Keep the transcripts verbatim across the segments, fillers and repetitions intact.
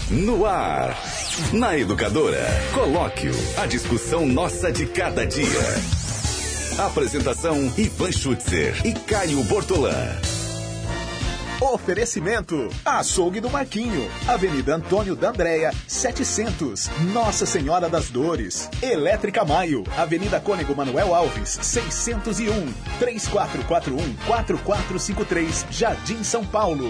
No ar, na Educadora, Colóquio, a discussão nossa de cada dia. Apresentação Ivan Schutzer e Caio Bortolã. Oferecimento, Açougue do Marquinho, Avenida Antônio da Andréia, setecentos, Nossa Senhora das Dores. Elétrica Maio, Avenida Cônego Manuel Alves, seiscentos e um, três quatro quatro um, quatro quatro cinco três, Jardim São Paulo.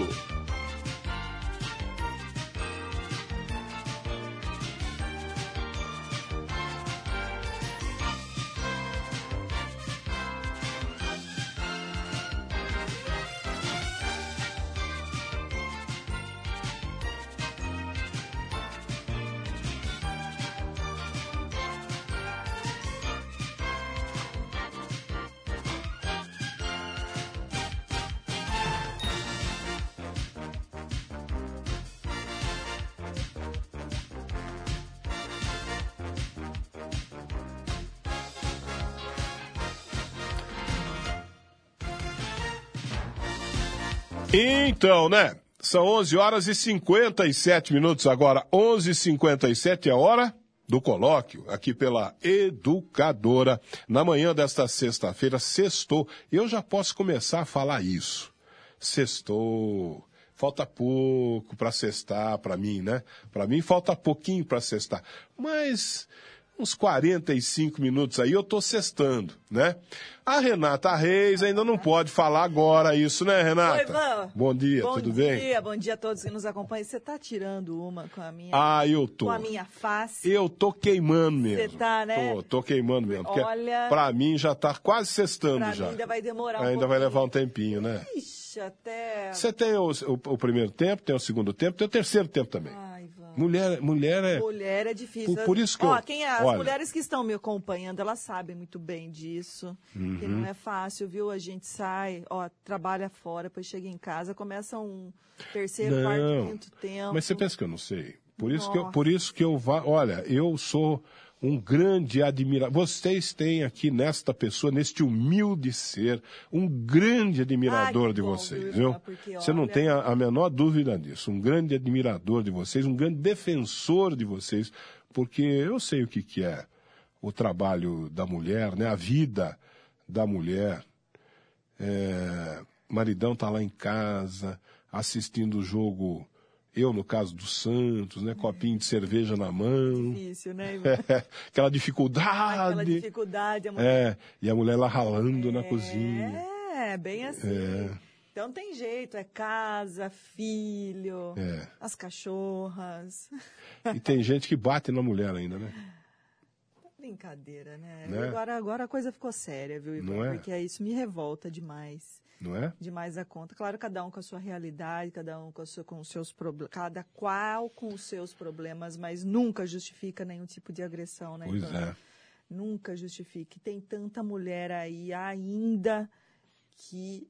Então, né? São onze horas e cinquenta e sete minutos agora. onze e cinquenta e sete é a hora do colóquio, aqui pela Educadora. Na manhã desta sexta-feira, sextou. Eu já posso começar a falar isso. Sextou. Falta pouco para sextar, para mim, né? Para mim falta pouquinho para sextar. Mas uns quarenta e cinco minutos aí eu tô sextando, né? A Renata Reis ainda não pode falar agora isso, né, Renata? Oi, Ivan. Bom dia, bom tudo dia, bem? Bom dia, bom dia a todos que nos acompanham. Você tá tirando uma com a minha, ah, eu tô. com a minha face? Eu tô queimando mesmo. Você tá, né? Tô, tô queimando mesmo. Olha, pra mim já tá quase sextando pra já. Mim ainda vai demorar um Ainda pouquinho. vai levar um tempinho, né? Ixi, até... Você tem o, o, o primeiro tempo, tem o segundo tempo, tem o terceiro tempo também. Ai, Ivan. Mulher, mulher é... Mulher é difícil. Por, por isso que Ó, eu... quem é, as olha, mulheres que estão me acompanhando, elas sabem muito bem disso. Uhum. Que não é fácil, viu? A gente sai, ó, trabalha fora, depois chega em casa, começa um terceiro, não, quarto, quinto tempo. Mas você pensa que eu não sei? Por isso que eu, por isso que eu vá... Olha, eu sou um grande admirador. Vocês têm aqui nesta pessoa, neste humilde ser, um grande admirador ah, de bom, vocês, viu? Porque, você olha... não tem a, a menor dúvida disso. Um grande admirador de vocês, um grande defensor de vocês, porque eu sei o que, que é o trabalho da mulher, né? A vida da mulher. É... Maridão tá lá em casa, assistindo o jogo... Eu, no caso do Santos, né? Copinho de cerveja na mão. Difícil, né, Ivan? É, aquela dificuldade. Aquela dificuldade. A mulher... É, e a mulher lá ralando é, na cozinha. É, bem assim. É. Então tem jeito, é casa, filho, é. as cachorras. E tem gente que bate na mulher ainda, né? Brincadeira, né? né? Agora, agora a coisa ficou séria, viu, Ivan? Não é? Porque isso me revolta demais. Não é? Demais a conta. Claro, cada um com a sua realidade, cada um com, seu, com os seus problemas, cada qual com os seus problemas, mas nunca justifica nenhum tipo de agressão, né? Pois Ivan? é. Nunca justifique. Tem tanta mulher aí ainda que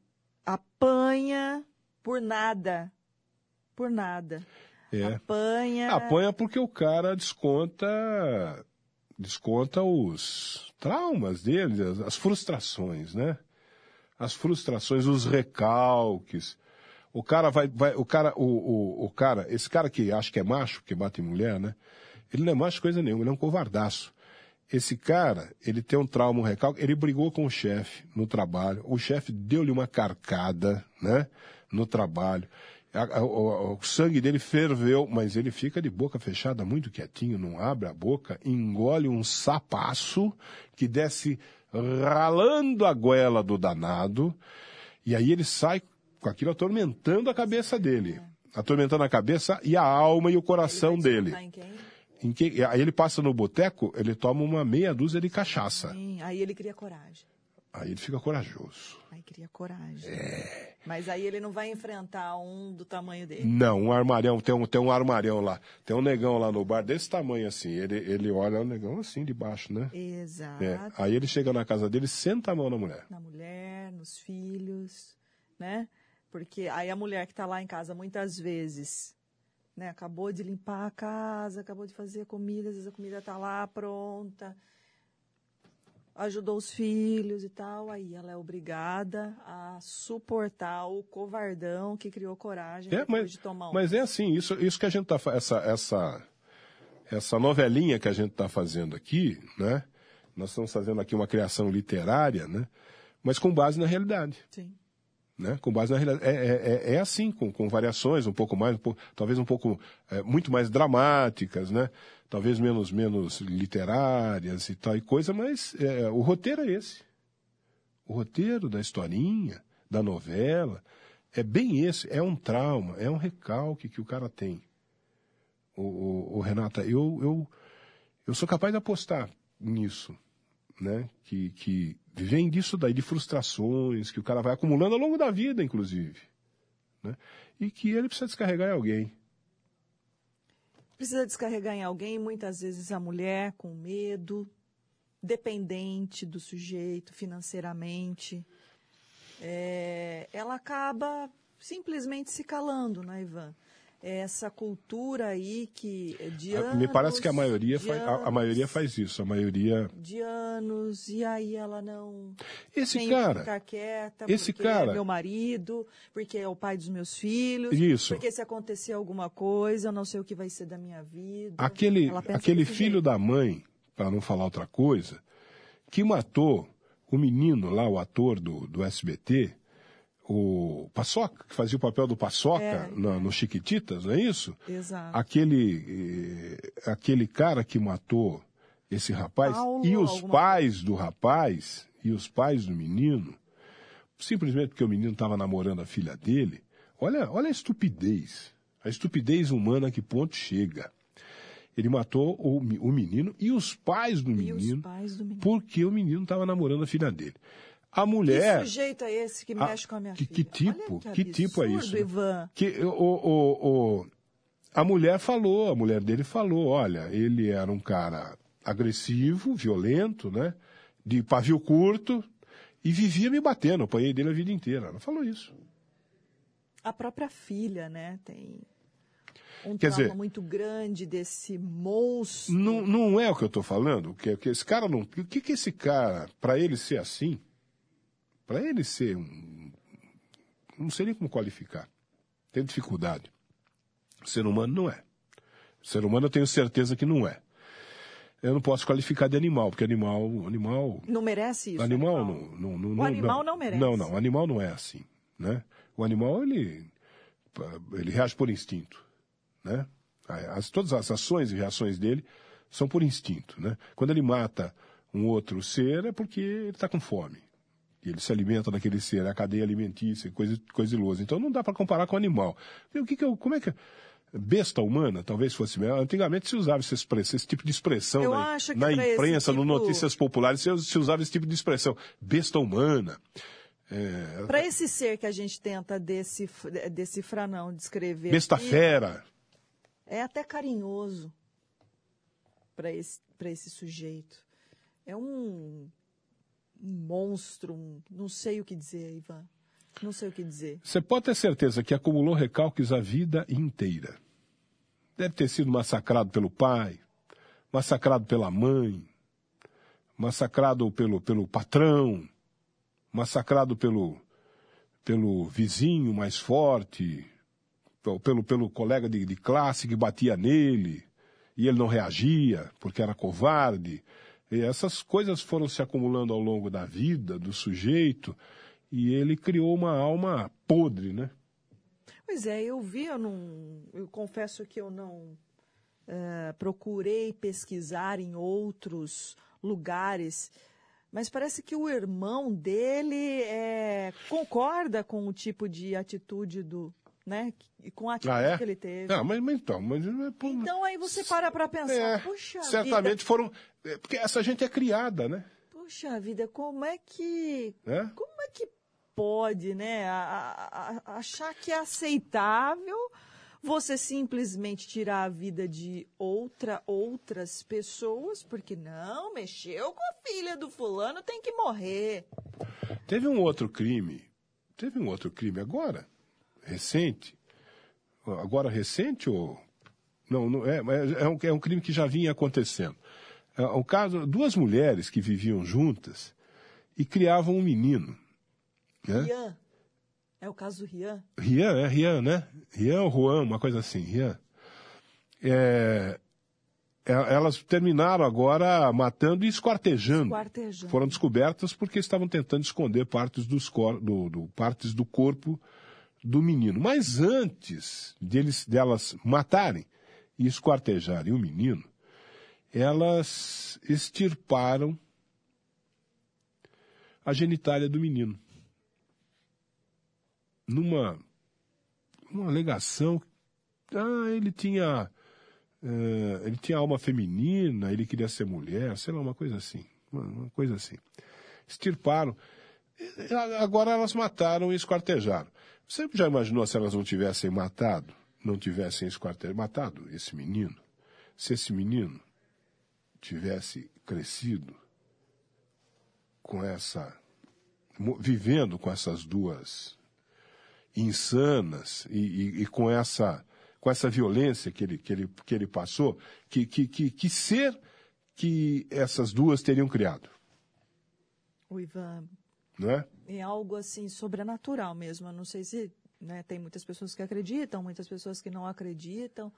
apanha por nada. Por nada. É. Apanha. Apanha porque o cara desconta, desconta os traumas dele, as, as frustrações, né? As frustrações, os recalques. O cara vai, vai o cara, o, o, o cara, esse cara que acha que é macho, que bate em mulher, né? Ele não é macho coisa nenhuma, ele é um covardaço. Esse cara, ele tem um trauma, um recalque, ele brigou com o chefe no trabalho, o chefe deu-lhe uma carcada, né? No trabalho. A, a, o, o sangue dele ferveu, mas ele fica de boca fechada, muito quietinho, não abre a boca, engole um sapaço que desce ralando a goela do danado, e aí ele sai com aquilo atormentando a cabeça dele. Atormentando a cabeça e a alma e o coração ele dele. Em quem? Em que, aí ele passa no boteco, ele toma uma meia dúzia de cachaça. Sim, aí ele cria coragem. Aí ele fica corajoso. Aí cria coragem. É. Mas aí ele não vai enfrentar um do tamanho dele. Não, um armarião, tem um, tem um armarião lá. Tem um negão lá no bar desse tamanho assim. Ele, ele olha o negão assim de baixo, né? Exato. É. Aí ele chega na casa dele e senta a mão na mulher. Na mulher, nos filhos, né? Porque aí a mulher que está lá em casa muitas vezes, né? Acabou de limpar a casa, acabou de fazer a comida, às vezes a comida está lá pronta. ajudou os filhos e tal, aí ela é obrigada a suportar o covardão que criou coragem É, depois mas, de tomar um... mas é assim, isso, isso que a gente está essa essa essa novelinha que a gente está fazendo aqui, né? Nós estamos fazendo aqui uma criação literária, né? Mas com base na realidade. Sim. Né? Com base na realidade. É, é, é assim, com, com variações um pouco mais, um pouco, talvez um pouco, é, muito mais dramáticas, né? Talvez menos, menos literárias e tal e coisa, mas é, o roteiro é esse. O roteiro da historinha, da novela, é bem esse, é um trauma, é um recalque que o cara tem. O, o, o Renata, eu, eu, eu sou capaz de apostar nisso, né? Que, que vem disso daí, de frustrações, que o cara vai acumulando ao longo da vida, inclusive, né? E que ele precisa descarregar em alguém. Precisa descarregar em alguém, muitas vezes a mulher com medo, dependente do sujeito financeiramente. É, ela acaba simplesmente se calando, né, Ivan? Essa cultura aí que de anos... Me parece que a maioria, faz, anos, a, a maioria faz isso, a maioria... De anos, e aí ela não... Esse tem cara... que ficar quieta, esse porque cara, é meu marido, porque é o pai dos meus filhos, isso. Porque se acontecer alguma coisa, eu não sei o que vai ser da minha vida. Aquele, aquele filho jeito. da mãe, para não falar outra coisa, que matou o menino lá, o ator do, do S B T... O Paçoca, que fazia o papel do Paçoca é, no, é. no Chiquititas, não é isso? Exato. Aquele, eh, aquele cara que matou esse rapaz Paulo, e os alguma... pais do rapaz e os pais do menino, simplesmente porque o menino estava namorando a filha dele, olha, olha a estupidez, a estupidez humana a que ponto chega. Ele matou o, o menino e os pais do e menino, os pais do menino porque o menino estava namorando a filha dele. A mulher... Que sujeito é esse que mexe a, com a minha que, filha? Que tipo, que que tipo é isso? Ivan. Que, o, o, o, a mulher falou, a mulher dele falou, olha, ele era um cara agressivo, violento, né? De pavio curto e vivia me batendo, apanhei dele a vida inteira. Ela falou isso. A própria filha, né? Tem um Quer trauma dizer, muito grande desse monstro. Não, não é o que eu estou falando? Que, que esse cara não... O que, que esse cara, para ele ser assim... Para ele ser um... Não sei nem como qualificar. Tem dificuldade. O ser humano não é. O ser humano eu tenho certeza que não é. Eu não posso qualificar de animal, porque animal... animal não merece isso. Animal, animal. Não, não, não... O não, animal não, não merece. Não, não. O animal não é assim, né? O animal, ele... Ele reage por instinto, né? As, todas as ações e reações dele são por instinto, né? Quando ele mata um outro ser é porque ele está com fome. Ele se alimenta daquele ser, é a cadeia alimentícia, coisa, coisa ilosa. Então não dá para comparar com o animal. O que que eu, como é que... Besta humana, talvez fosse melhor. Antigamente se usava esse, esse tipo de expressão eu na, acho que na imprensa, tipo... no Notícias Populares, se, se usava esse tipo de expressão. Besta humana. É... Para esse ser que a gente tenta decif... decifrar, não, descrever... Besta aqui, fera. É até carinhoso para esse, para esse sujeito. É um... um monstro, um, não sei o que dizer, Ivan. Não sei o que dizer. Você pode ter certeza que acumulou recalques a vida inteira. Deve ter sido massacrado pelo pai, massacrado pela mãe, massacrado pelo, pelo patrão, massacrado pelo, pelo vizinho mais forte, pelo, pelo colega de, de classe que batia nele, e ele não reagia porque era covarde. E essas coisas foram se acumulando ao longo da vida do sujeito e ele criou uma alma podre, né? Pois é, eu vi, eu não, eu confesso que eu não uh, procurei pesquisar em outros lugares, mas parece que o irmão dele é, concorda com o tipo de atitude do, né? Com a atitude ah, é? que ele teve. Ah, mas, mas então, mas então aí você para para pensar, é, puxa certamente vida, foram, porque essa gente é criada, né? Puxa vida, como é que, é? como é que pode, né, a, a, a, achar que é aceitável você simplesmente tirar a vida de outra, outras pessoas, porque não, mexeu com a filha do fulano, tem que morrer. Teve um outro crime, teve um outro crime agora, recente, agora recente ou... Não, não é, é, um, é um crime que já vinha acontecendo. o caso, duas mulheres que viviam juntas e criavam um menino. Né? Rian. É o caso do Rian? Rian, é Rian, né? Rian ou Juan, uma coisa assim, Rian. É, elas terminaram agora matando e esquartejando. Esquartejando. Foram descobertas porque estavam tentando esconder partes, dos cor, do, do, partes do corpo do menino. Mas antes deles, delas matarem e esquartejarem o menino, elas extirparam a genitália do menino. Numa uma alegação, ah, ele tinha, uh, ele tinha alma feminina, ele queria ser mulher, sei lá, uma coisa assim, uma, uma coisa assim. Extirparam. Agora elas mataram e esquartejaram. Você já imaginou se elas não tivessem matado, não tivessem esquartejado, matado esse menino? Se esse menino tivesse crescido com essa, vivendo com essas duas insanas e, e, e com essa com essa violência que ele que ele que ele passou, que que que, que ser que essas duas teriam criado? O Ivan, não é? É algo assim sobrenatural mesmo. Eu não sei se, né, tem muitas pessoas que acreditam, muitas pessoas que não acreditam,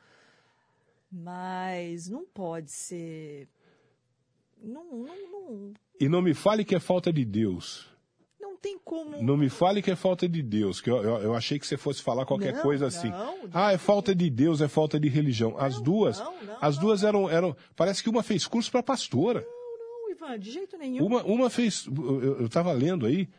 mas não pode ser. Não, não, não... E não me fale que é falta de Deus. Não tem como. Não me fale que é falta de Deus, que eu, eu, eu achei que você fosse falar qualquer não, coisa assim. Não, ah, é falta de Deus, é falta de religião. As não, duas, não, não, as não, duas não. eram, eram. Parece que uma fez curso para pastora. Não, não, Ivan, de jeito nenhum. Uma, uma fez. Eu estava lendo aí.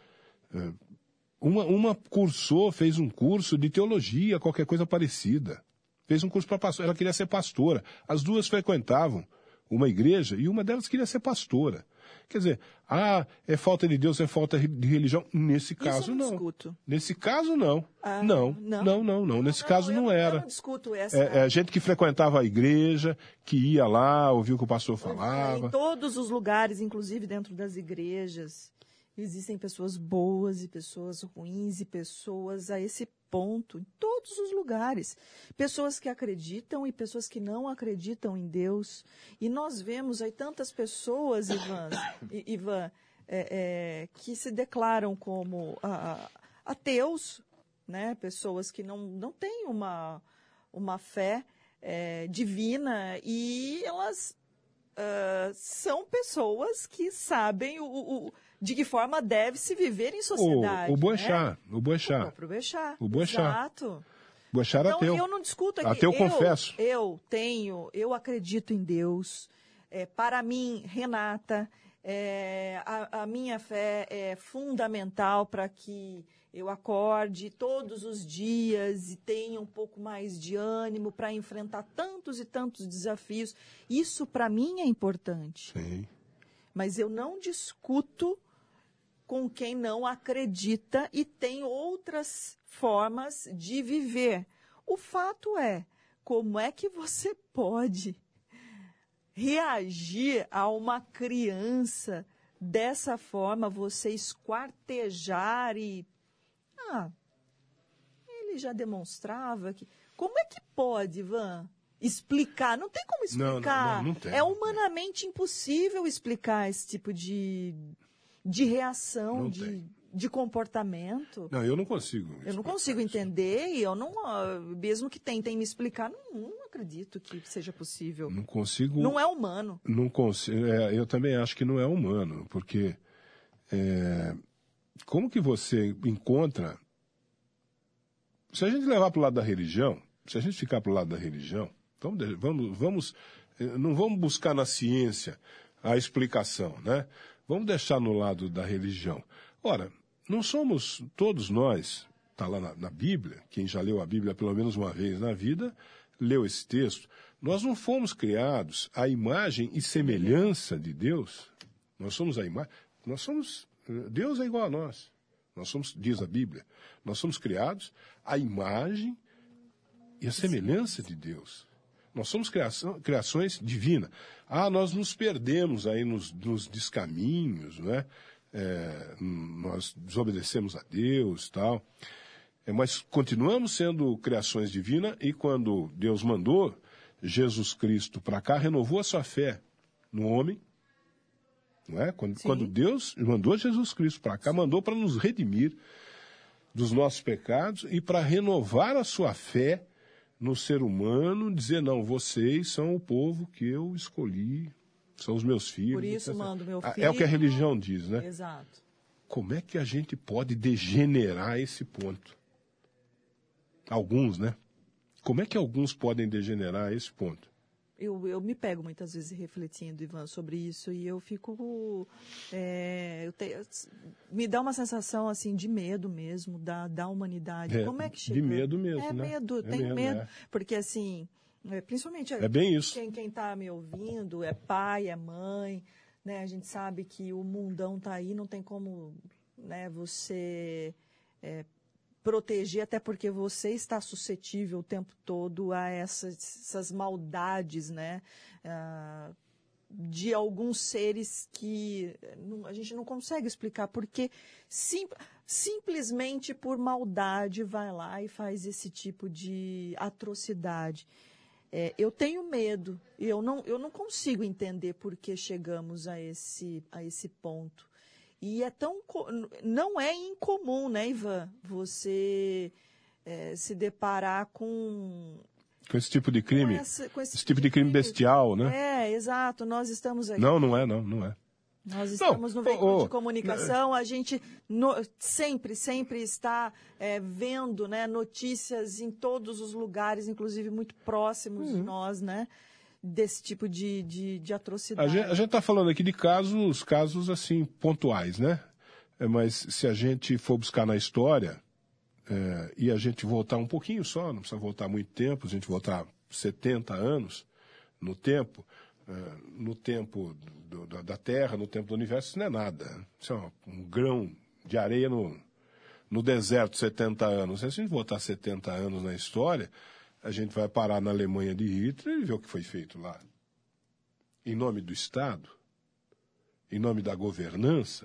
Uma, uma cursou, fez um curso de teologia, qualquer coisa parecida. Fez um curso para pastora. Ela queria ser pastora. As duas frequentavam uma igreja e uma delas queria ser pastora. Quer dizer, ah, é falta de Deus, é falta de religião. Nesse caso, Isso eu não. não. Discuto. Nesse caso, não. Ah, não. não. Não, não, não. Nesse não, caso, não, não era. Eu não discuto essa. É, é gente que frequentava a igreja, que ia lá, ouvia o que o pastor falava. Em todos os lugares, inclusive dentro das igrejas, existem pessoas boas e pessoas ruins e pessoas a esse ponto, em todos os lugares. Pessoas que acreditam e pessoas que não acreditam em Deus. E nós vemos aí tantas pessoas, Ivan, Ivan é, é, que se declaram como a, a, ateus, né? Pessoas que não, não têm uma, uma fé é, divina e elas uh, são pessoas que sabem o, o de que forma deve se viver em sociedade. O, o Boechat, né? o Boechat. O próprio Boechat. O Boechat. Exato. Boechat era então, ateu. eu não discuto aqui. Ateu, eu, confesso. Eu tenho, eu acredito em Deus. É, para mim, Renata, é, a, a minha fé é fundamental para que eu acorde todos os dias e tenha um pouco mais de ânimo para enfrentar tantos e tantos desafios. Isso, para mim, é importante. Sim. Mas eu não discuto com quem não acredita e tem outras formas de viver. O fato é, como é que você pode reagir a uma criança dessa forma, você esquartejar e... Ah, ele já demonstrava que... Como é que pode, Ivan, explicar? Não tem como explicar. Não, não, não tem, é humanamente impossível explicar esse tipo de... de reação, de, de comportamento. Não, eu não consigo. Eu não consigo isso. entender e eu não, mesmo que tentem me explicar, não, não acredito que seja possível. Não consigo. Não é humano. Não consigo. É, eu também acho que não é humano, porque é, como que você encontra? Se a gente levar para o lado da religião, se a gente ficar para o lado da religião, vamos, vamos, vamos, não vamos buscar na ciência a explicação, né? Vamos deixar no lado da religião. Ora, não somos, todos nós, está lá na, na Bíblia, quem já leu a Bíblia pelo menos uma vez na vida, leu esse texto, nós não fomos criados à imagem e semelhança de Deus. Nós somos a imagem, nós somos, Deus é igual a nós. Nós somos, diz a Bíblia, nós somos criados à imagem e à semelhança de Deus. Nós somos criação, criações divinas. Ah, nós nos perdemos aí nos, nos descaminhos, né? É, nós desobedecemos a Deus e tal. É, mas continuamos sendo criações divinas e quando Deus mandou Jesus Cristo para cá, renovou a sua fé no homem. Não é? Quando, quando Deus mandou Jesus Cristo para cá, mandou para nos redimir dos nossos pecados e para renovar a sua fé no ser humano, dizer, não, vocês são o povo que eu escolhi, são os meus filhos. Por isso etcétera. mando meu filho. É o que a religião diz, né? Exato. Como é que a gente pode degenerar esse ponto? Alguns, né? Como é que alguns podem degenerar esse ponto? Eu, eu me pego muitas vezes refletindo, Ivan, sobre isso e eu fico... É, eu te, me dá uma sensação assim de medo mesmo da, da humanidade. É, Como é que chega? de medo mesmo, é né? Medo, É tenho medo, medo. é. Porque assim, é, principalmente É bem isso. quem está me ouvindo é pai, é mãe, né? A gente sabe que o mundão está aí, não tem como, né, você... É, proteger, até porque você está suscetível o tempo todo a essas, essas maldades, né? Ah, de alguns seres que não, a gente não consegue explicar, porque sim, simplesmente por maldade vai lá e faz esse tipo de atrocidade. É, eu tenho medo, e eu não, eu não consigo entender por que chegamos a esse, a esse ponto. E é tão, não é incomum, né, Ivan, você é, se deparar com... Com esse tipo de crime, com essa, com esse, esse tipo de crime bestial, né? É, exato, nós estamos aqui. Não, não é, não, não é. Nós estamos não, no veículo oh, oh, de comunicação, a gente no, sempre, sempre está é, vendo, né, notícias em todos os lugares, inclusive muito próximos uhum. de nós, né? Desse tipo de, de, de atrocidade. A gente está falando aqui de casos, casos assim, pontuais, né? É, mas se a gente for buscar na história, é, e a gente voltar um pouquinho só, não precisa voltar muito tempo, a gente voltar setenta anos no tempo, é, no tempo do, da, da Terra, no tempo do universo, isso não é nada. Isso é um, um grão de areia no, no deserto, setenta anos. Se a gente voltar setenta anos na história... A gente vai parar na Alemanha de Hitler e ver o que foi feito lá. Em nome do Estado, em nome da governança.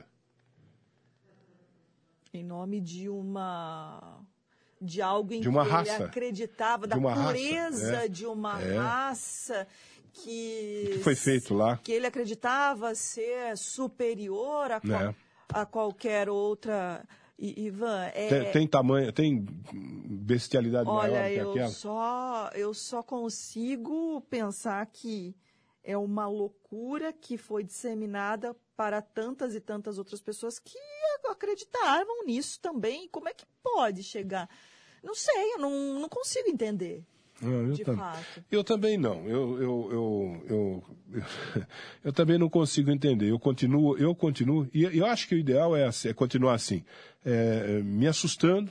Em nome de uma... de algo em de uma que raça. ele acreditava, da uma pureza raça. É. de uma é. raça que... O que foi feito lá. Que ele acreditava ser superior a, qual, é. a qualquer outra... I, Ivan, é... tem, tem tamanho, tem bestialidade Olha, maior do que eu aquela? Só, eu só consigo pensar que é uma loucura que foi disseminada para tantas e tantas outras pessoas que acreditavam nisso também. Como é que pode chegar? Não sei, eu não, não consigo entender. Não, eu, de tam... fato. eu também não. Eu, eu, eu, eu, eu, eu também não consigo entender. Eu continuo, eu continuo, e eu acho que o ideal é, é continuar assim, é, me assustando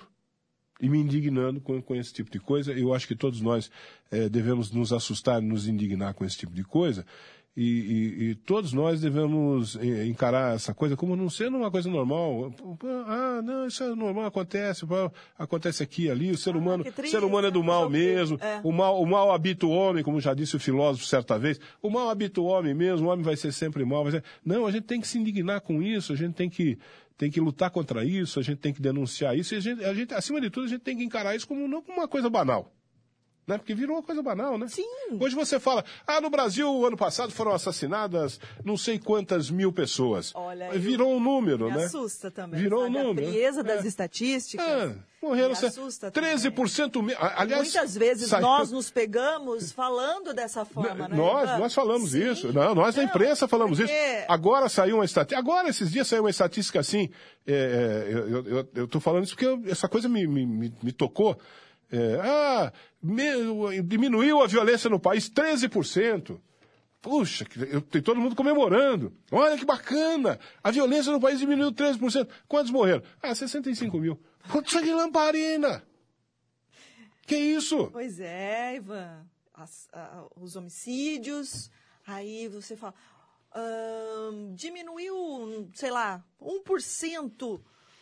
e me indignando com, com esse tipo de coisa. Eu acho que todos nós é, devemos nos assustar e nos indignar com esse tipo de coisa. E, e, e todos nós devemos encarar essa coisa como não sendo uma coisa normal. Ah, não, isso é normal, acontece, acontece aqui e ali, o ser humano, ah, ser humano é do mal mesmo, é. o, mal, o mal habita o homem, como já disse o filósofo certa vez, o mal habita o homem mesmo, o homem vai ser sempre mal. Vai ser... Não, a gente tem que se indignar com isso, a gente tem que, tem que lutar contra isso, a gente tem que denunciar isso, e a gente, a gente, acima de tudo, a gente tem que encarar isso como não como uma coisa banal. Né? Porque virou uma coisa banal, né? Sim. Hoje você fala, ah, no Brasil, ano passado, foram assassinadas não sei quantas mil pessoas. Olha, virou um número, me né? assusta também. Virou sabe? um número. A frieza é. das estatísticas. É. Morreram me assusta treze por cento. também. Aliás, muitas vezes saiu... nós nos pegamos falando dessa forma, né? Nós, nós falamos Sim. isso. Não, nós da Não, imprensa falamos porque... isso. Agora saiu uma estatística. Agora, esses dias, saiu uma estatística assim. É, eu estou falando isso porque eu, essa coisa me, me, me, me tocou. É, ah, me, diminuiu a violência no país treze por cento. Puxa, eu, tem todo mundo comemorando. Olha que bacana. A violência no país diminuiu treze por cento. Quantos morreram? Ah, sessenta e cinco mil. Quanto de lamparina? Que isso? Pois é, Ivan. As, a, os homicídios. Aí você fala, hum, diminuiu, sei lá, um por cento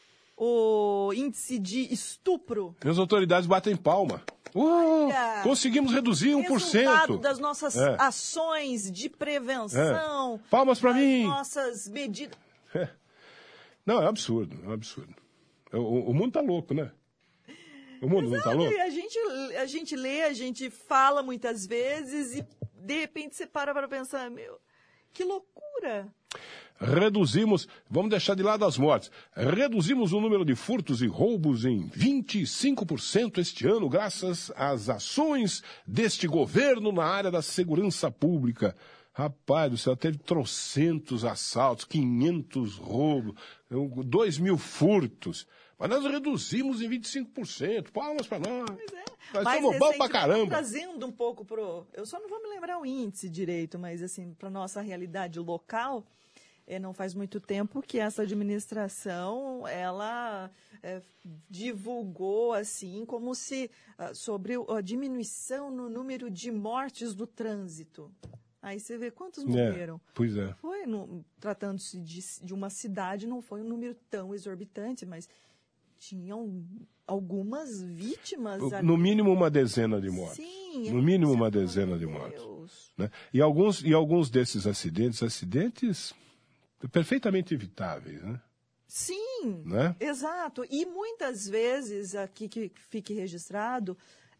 o índice de estupro. As autoridades batem palma. Uh, Olha, conseguimos reduzir um por cento. Resultado das nossas é. ações de prevenção. É. Palmas para mim. Nossas medidas. É. Não, é absurdo, é absurdo. O, o mundo está louco, né? O mundo Exato, não está louco? A gente, a gente lê, a gente fala muitas vezes e de repente você para para pensar, meu, Que loucura! Reduzimos, vamos deixar de lado as mortes, reduzimos o número de furtos e roubos em vinte e cinco por cento este ano, graças às ações deste governo na área da segurança pública. Rapaz do céu, teve trocentos assaltos, quinhentos roubos, dois mil furtos. Mas nós reduzimos em vinte e cinco por cento. Palmas para nós. Pois é. Nós mas somos bons pra caramba. Trazendo um pouco pro... Eu só não vou me lembrar o índice direito, mas assim, para nossa realidade local, é, não faz muito tempo que essa administração, ela é, divulgou assim, como se uh, sobre a diminuição no número de mortes do trânsito. Aí você vê quantos morreram. É, pois é. Foi, no, tratando-se de, de uma cidade, não foi um número tão exorbitante, mas tinham algumas vítimas. No mínimo uma dezena de mortes. Sim. No mínimo uma dezena de mortes. Né? E, alguns, e alguns desses acidentes, acidentes perfeitamente evitáveis, né? Sim, né? Exato. E muitas vezes, aqui que fique registrado,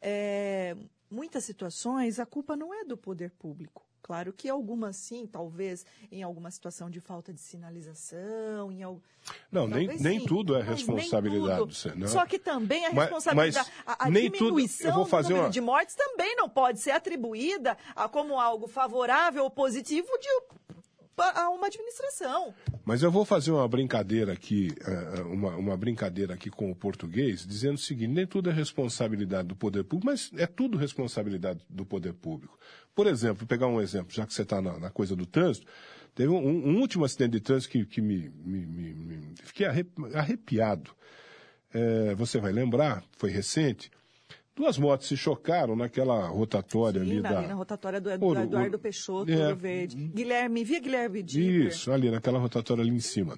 é, muitas situações a culpa não é do poder público. Claro que algumas sim, talvez em alguma situação de falta de sinalização, em algum... Não, nem, nem tudo é responsabilidade do Senado. Só que também a responsabilidade, mas, mas a, a nem diminuição tudo, eu vou fazer do número uma... de mortes também não pode ser atribuída a, como algo favorável ou positivo de, a uma administração. Mas eu vou fazer uma brincadeira aqui, uma, uma brincadeira aqui com o português, dizendo o seguinte: nem tudo é responsabilidade do poder público, mas é tudo responsabilidade do poder público. Por exemplo, vou pegar um exemplo, já que você está na, na coisa do trânsito, teve um, um último acidente de trânsito que, que me, me, me, me fiquei arrepiado. É, você vai lembrar, foi recente. Duas motos se chocaram naquela rotatória Sim, ali na, da... ali na rotatória do, do Ouro, Eduardo Ouro, Peixoto, é, Ouro Verde. Guilherme, via Guilherme Dieter. Isso, ali naquela rotatória ali em cima.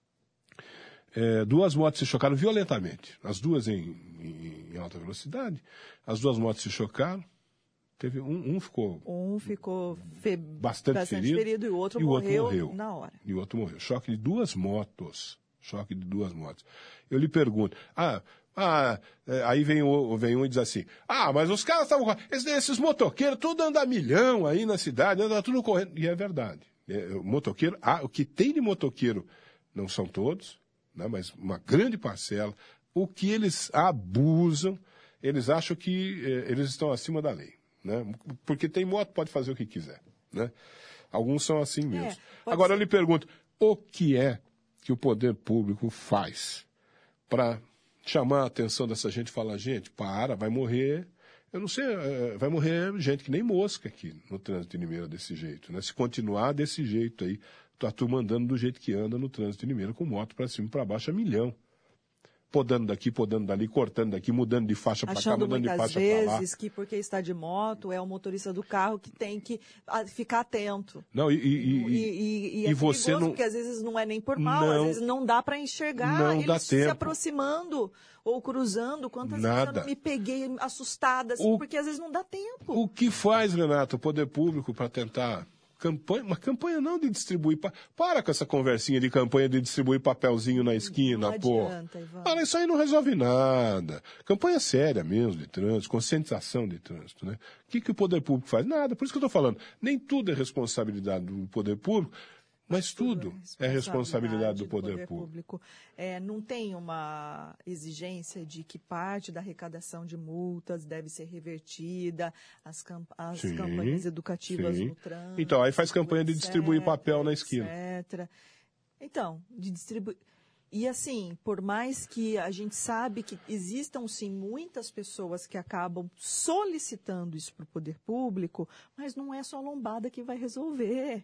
É, duas motos se chocaram violentamente. As duas em, em, em alta velocidade. As duas motos se chocaram. Teve um, um ficou... Um ficou fe... bastante, bastante ferido, ferido e o outro, e o morreu, outro morreu na hora. E o outro morreu. Choque de duas motos. Choque de duas motos. Eu lhe pergunto... Ah, ah aí vem, o, vem um e diz assim... Ah, mas os caras estavam... Esses, esses motoqueiros, tudo anda a milhão aí na cidade, anda tudo correndo. E é verdade. É, o motoqueiro... Ah, o que tem de motoqueiro não são todos, né, mas uma grande parcela. O que eles abusam, eles acham que eh, eles estão acima da lei. Né? Porque tem moto, pode fazer o que quiser. Né? Alguns são assim mesmo. É, Agora ser. Eu lhe pergunto, o que é que o poder público faz para chamar a atenção dessa gente e falar, gente, para, vai morrer, eu não sei, vai morrer gente que nem mosca aqui no trânsito de Limeira desse jeito. Né? Se continuar desse jeito aí, a turma andando do jeito que anda no trânsito de Limeira, com moto para cima e para baixo a milhão. Podando daqui, podando dali, cortando daqui, mudando de faixa para cá, mudando de faixa para lá. Achando muitas vezes que porque está de moto, é o motorista do carro que tem que ficar atento. Não, e, e, e, e, e, e é e você não... porque às vezes não é nem por mal, não, às vezes não dá para enxergar não eles dá se tempo. aproximando ou cruzando. Quantas Nada. vezes eu me peguei assustada, assim, o, porque às vezes não dá tempo. O que faz, Renato, o poder público para tentar... Campanha, uma campanha não de distribuir... Pa... Para com essa conversinha de campanha de distribuir papelzinho na esquina, não pô. Adianta, Ivan. Para, isso aí não resolve nada. Campanha séria mesmo de trânsito, conscientização de trânsito, né? O que, que o poder público faz? Nada, por isso que eu estou falando. Nem tudo é responsabilidade do poder público, mas tudo é responsabilidade do poder, poder público. público. É, não tem uma exigência de que parte da arrecadação de multas deve ser revertida, as, camp as sim, campanhas educativas sim. no trânsito. Então, aí faz campanha de distribuir papel na esquina. etcétera. Então, de distribuir... E assim, por mais que a gente sabe que existam sim muitas pessoas que acabam solicitando isso para o poder público, mas não é só a lombada que vai resolver.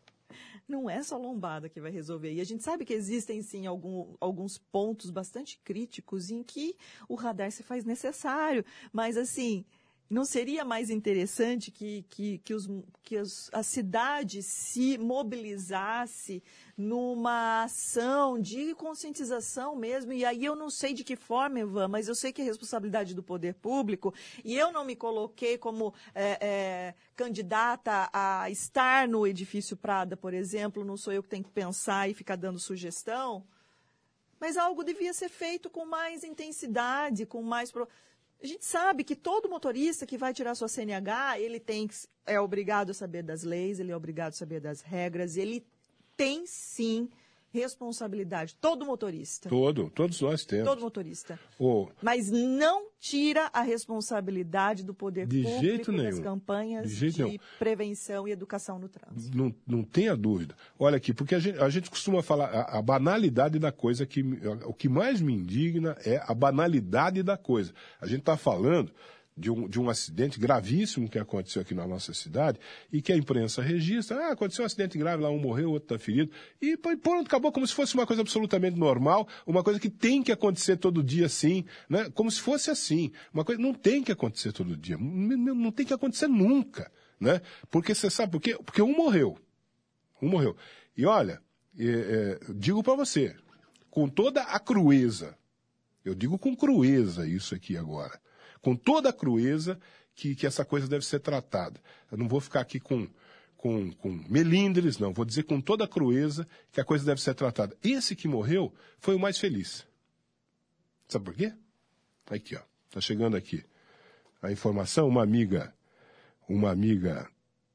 Não é só lombada que vai resolver. E a gente sabe que existem, sim, algum, alguns pontos bastante críticos em que o radar se faz necessário. Mas, assim, não seria mais interessante que, que, que, os, que as, a cidade se mobilizasse numa ação de conscientização mesmo? E aí eu não sei de que forma, Ivan, mas eu sei que é responsabilidade do poder público. E eu não me coloquei como é, é, candidata a estar no edifício Prada, por exemplo. Não sou eu que tenho que pensar e ficar dando sugestão. Mas algo devia ser feito com mais intensidade, com mais... Pro... A gente sabe que todo motorista que vai tirar sua C N H, ele tem, é obrigado a saber das leis, ele é obrigado a saber das regras, ele tem sim responsabilidade. Todo motorista. Todo, todos nós temos. Todo motorista. Oh, Mas não tira a responsabilidade do poder de público jeito das nenhum. campanhas de, jeito de nenhum. prevenção e educação no trânsito. Não, não tenha dúvida. Olha aqui, porque a gente, a gente costuma falar a, a banalidade da coisa, que o que mais me indigna é a banalidade da coisa. A gente está falando de um, de um acidente gravíssimo que aconteceu aqui na nossa cidade e que a imprensa registra. Ah, aconteceu um acidente grave lá, um morreu, o outro está ferido. E pronto, acabou como se fosse uma coisa absolutamente normal, uma coisa que tem que acontecer todo dia assim, né? Como se fosse assim. Uma coisa não tem que acontecer todo dia, não, não tem que acontecer nunca, né? Porque você sabe por quê? Porque um morreu. Um morreu. E olha, é, é, digo para você, com toda a crueza, eu digo com crueza isso aqui agora, com toda a crueza que, que essa coisa deve ser tratada. Eu não vou ficar aqui com, com, com melindres, não. Vou dizer com toda a crueza que a coisa deve ser tratada. Esse que morreu foi o mais feliz. Sabe por quê? Aqui, ó. Está chegando aqui a informação. Uma amiga, uma amiga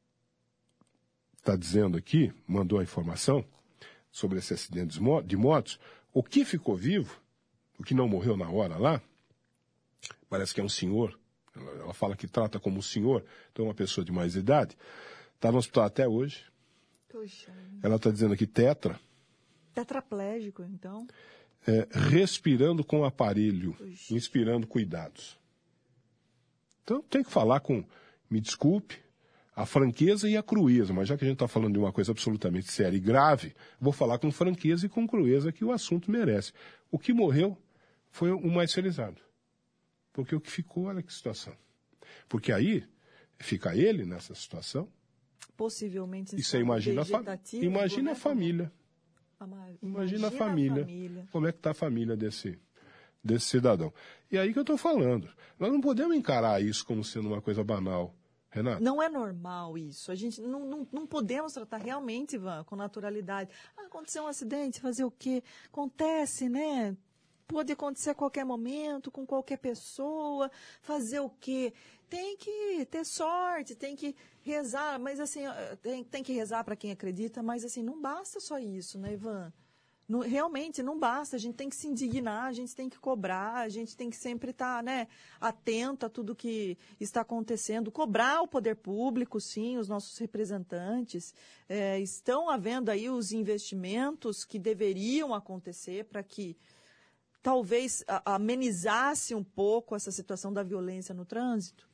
está dizendo aqui, mandou a informação sobre esse acidente de motos. O que ficou vivo, o que não morreu na hora lá, parece que é um senhor, ela, ela fala que trata como um senhor, então é uma pessoa de mais idade, está no hospital até hoje. Puxa. Ela está dizendo aqui tetra. Tetraplégico, então? É, respirando com o aparelho, Puxa. inspirando cuidados. Então tem que falar com, me desculpe, a franqueza e a crueza, mas já que a gente está falando de uma coisa absolutamente séria e grave, vou falar com franqueza e com crueza que o assunto merece. O que morreu foi o mais felizado. Porque o que ficou, olha que situação. Porque aí, fica ele nessa situação. Possivelmente. E você imagina a, fa imagina a família. Imagina, imagina a família. a família. Como é que está a família desse, desse cidadão. E aí que eu estou falando. Nós não podemos encarar isso como sendo uma coisa banal. Renato? Não é normal isso. A gente não, não, não podemos tratar realmente, Ivan, com naturalidade. Ah, aconteceu um acidente, fazer o quê? Acontece, né? Pode acontecer a qualquer momento, com qualquer pessoa, fazer o quê? Tem que ter sorte, tem que rezar, mas assim, tem, tem que rezar para quem acredita, mas assim, não basta só isso, né, Ivan? Não, realmente não basta, a gente tem que se indignar, a gente tem que cobrar, a gente tem que sempre estar, né, atento a tudo que está acontecendo, cobrar o poder público, sim, os nossos representantes. É, estão havendo aí os investimentos que deveriam acontecer para que talvez amenizasse um pouco essa situação da violência no trânsito,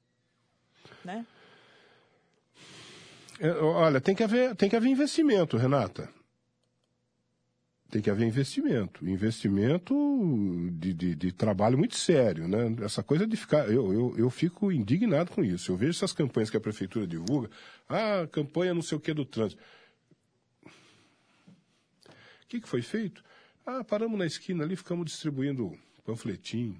né? É, olha, tem que haver, tem que haver investimento, Renata. Tem que haver investimento. Investimento de, de, de trabalho muito sério, né? Essa coisa de ficar... Eu, eu, eu fico indignado com isso. Eu vejo essas campanhas que a prefeitura divulga. Ah, campanha não sei o que do trânsito. O que, que foi feito? Ah, paramos na esquina ali, ficamos distribuindo panfletinho.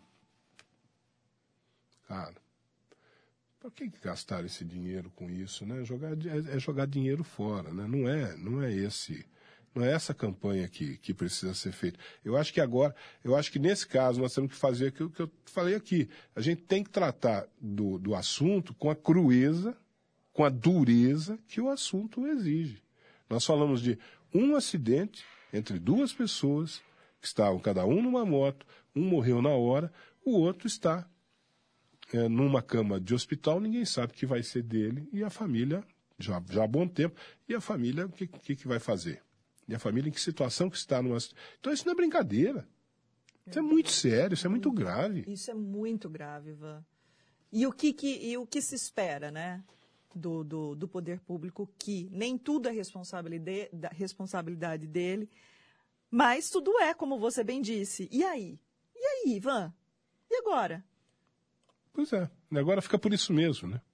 Cara, para que gastar esse dinheiro com isso, né? Jogar, é, é jogar dinheiro fora, né? Não é, não é esse, não é essa campanha que, que precisa ser feita. Eu acho que agora, eu acho que nesse caso nós temos que fazer aquilo que eu falei aqui. A gente tem que tratar do, do assunto com a crueza, com a dureza que o assunto exige. Nós falamos de um acidente entre duas pessoas que estavam cada um numa moto, um morreu na hora, o outro está é, numa cama de hospital, ninguém sabe o que vai ser dele, e a família, já, já há bom tempo, e a família, o que, que, que vai fazer? E a família em que situação que está numa... Então isso não é brincadeira. Isso é muito sério, isso é muito grave. Isso é muito grave, Ivan. E o que, que, e o que se espera, né? Do, do, do poder público, que nem tudo é responsabilidade, da responsabilidade dele, mas tudo é, como você bem disse. E aí? E aí, Ivan? E agora? Pois é, agora fica por isso mesmo, né?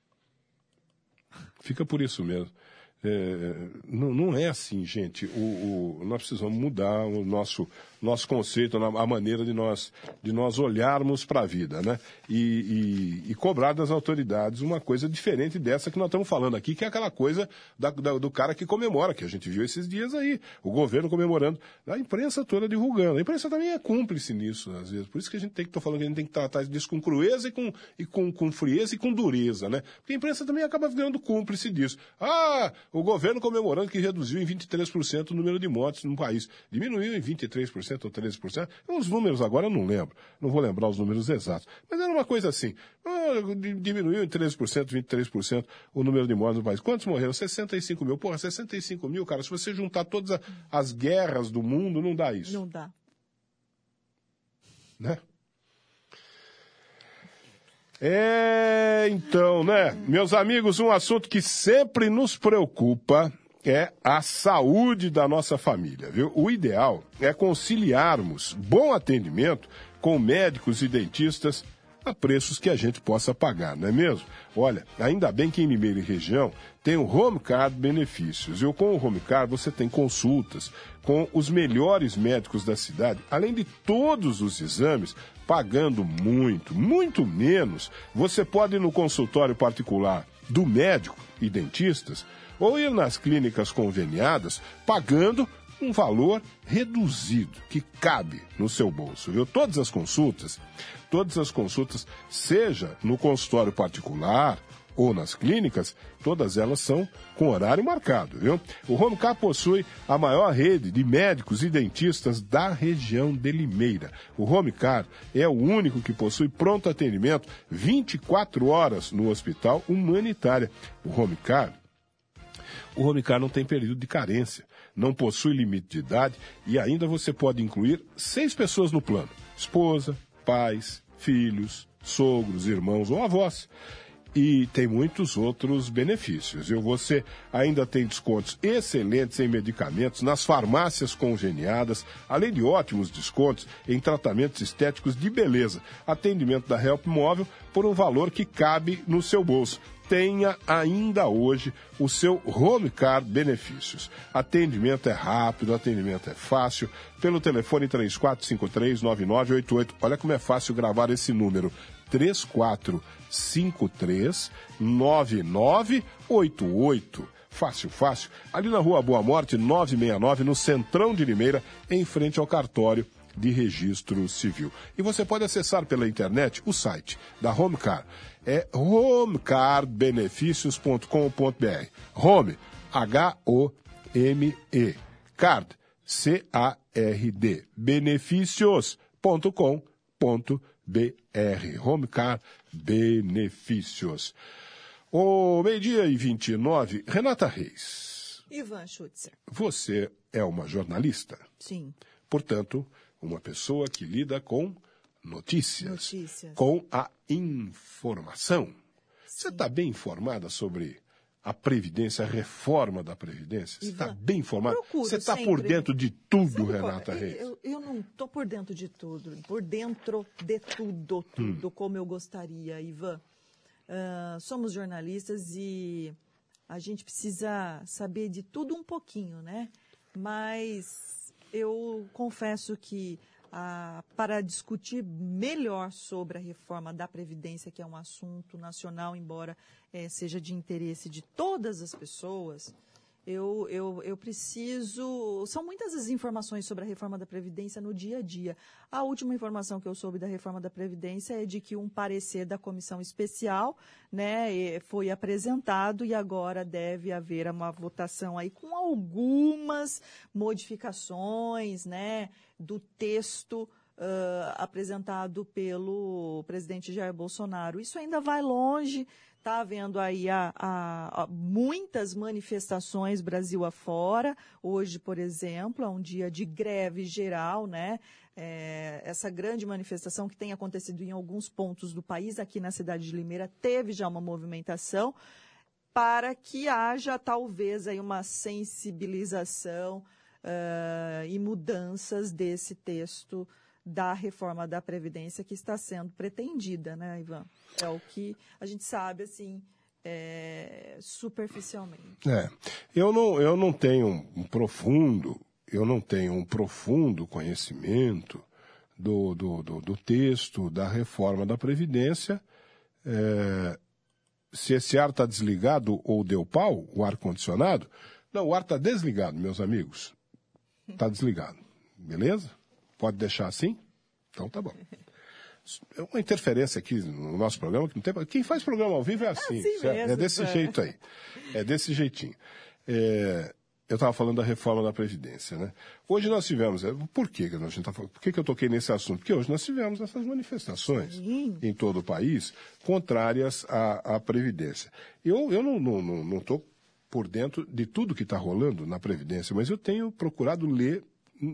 Fica por isso mesmo. É, não, não é assim, gente. O, o, nós precisamos mudar o nosso, nosso conceito, a maneira de nós, de nós olharmos para a vida, né? E, e, e cobrar das autoridades uma coisa diferente dessa que nós estamos falando aqui, que é aquela coisa da, da, do cara que comemora, que a gente viu esses dias aí, o governo comemorando, a imprensa toda divulgando. A imprensa também é cúmplice nisso, às vezes. Por isso que a gente tem que, tô falando que a gente tem que tratar disso com crueza e com, e com, com frieza e com dureza, né? Porque a imprensa também acaba virando cúmplice disso. Ah, o governo comemorando que reduziu em vinte e três por cento o número de mortes no país. Diminuiu em vinte e três por cento ou treze por cento. Os números agora eu não lembro. Não vou lembrar os números exatos. Mas era uma coisa assim. Ah, diminuiu em treze por cento, vinte e três por cento o número de mortes no país. Quantos morreram? sessenta e cinco mil. Porra, sessenta e cinco mil, cara. Se você juntar todas as guerras do mundo, não dá isso. Não dá. Né? É, então, né? Meus amigos, um assunto que sempre nos preocupa é a saúde da nossa família, viu? O ideal é conciliarmos bom atendimento com médicos e dentistas a preços que a gente possa pagar, não é mesmo? Olha, ainda bem que em Limeira e região tem o Home Card Benefícios. E com o Home Card você tem consultas com os melhores médicos da cidade, além de todos os exames, pagando muito, muito menos. Você pode ir no consultório particular do médico e dentistas ou ir nas clínicas conveniadas pagando um valor reduzido, que cabe no seu bolso, viu? Todas as consultas, todas as consultas, seja no consultório particular ou nas clínicas, todas elas são com horário marcado, viu? O Homecare possui a maior rede de médicos e dentistas da região de Limeira. O Homecare é o único que possui pronto atendimento vinte e quatro horas no Hospital Humanitária. O Homecare O Homecare não tem período de carência, não possui limite de idade e ainda você pode incluir seis pessoas no plano: esposa, pais, filhos, sogros, irmãos ou avós. E tem muitos outros benefícios. E você ainda tem descontos excelentes em medicamentos nas farmácias conveniadas, além de ótimos descontos em tratamentos estéticos de beleza. Atendimento da Help Móvel por um valor que cabe no seu bolso. Tenha ainda hoje o seu Homecare Benefícios. Atendimento é rápido, atendimento é fácil. Pelo telefone três quatro cinco três, nove nove oito oito. Olha como é fácil gravar esse número. três quatro cinco três, nove nove oito oito. Fácil, fácil. Ali na Rua Boa Morte, novecentos e sessenta e nove, no Centrão de Limeira, em frente ao cartório de registro civil. E você pode acessar pela internet o site da Homecare. É homecare benefícios ponto com ponto b r. Home, H O M E. Card, C A R D. benefícios ponto com ponto b r. Homecare Benefícios. O meio-dia e vinte e nove, Renata Reis. Ivan Schutzer. Você é uma jornalista. Sim. Portanto, uma pessoa que lida com notícias, Notícias. com a informação. Sim. Você está bem informada sobre a Previdência, a reforma da Previdência? Você está bem informada? Você está por dentro de tudo, Sabe Renata qual? Reis? Eu, eu não estou por dentro de tudo, por dentro de tudo, tudo, hum. como eu gostaria, Ivan. Uh, somos jornalistas e a gente precisa saber de tudo um pouquinho, né? Mas eu confesso que ah, para discutir melhor sobre a reforma da Previdência, que é um assunto nacional, embora eh, seja de interesse de todas as pessoas, eu, eu, eu preciso... São muitas as informações sobre a reforma da Previdência no dia a dia. A última informação que eu soube da reforma da Previdência é de que um parecer da comissão especial, né, foi apresentado e agora deve haver uma votação aí com algumas modificações, né, do texto uh, apresentado pelo presidente Jair Bolsonaro. Isso ainda vai longe. Está havendo aí a, a, a muitas manifestações Brasil afora. Hoje, por exemplo, é um dia de greve geral, né? É, essa grande manifestação que tem acontecido em alguns pontos do país, aqui na cidade de Limeira, teve já uma movimentação para que haja talvez aí uma sensibilização uh, e mudanças desse texto da reforma da Previdência que está sendo pretendida, né, Ivan? É o que a gente sabe, assim, é, superficialmente. É, eu não, eu não tenho um profundo eu não tenho um profundo conhecimento do, do, do, do texto da reforma da Previdência, é, se esse ar está desligado ou deu pau, o ar-condicionado. Não, o ar está desligado, meus amigos. Está desligado. Beleza? Pode deixar assim? Então tá bom. É uma interferência aqui no nosso programa, que não tem. Quem faz programa ao vivo é assim, assim certo? mesmo, É desse é. jeito aí. É desse jeitinho. É, eu estava falando da reforma da Previdência, né? Hoje nós tivemos. Por que, que a gente tá falando? Por que, que eu toquei nesse assunto? Porque hoje nós tivemos essas manifestações Sim. em todo o país contrárias à, à Previdência. Eu, eu não estou não, não, não por dentro de tudo que está rolando na Previdência, mas eu tenho procurado ler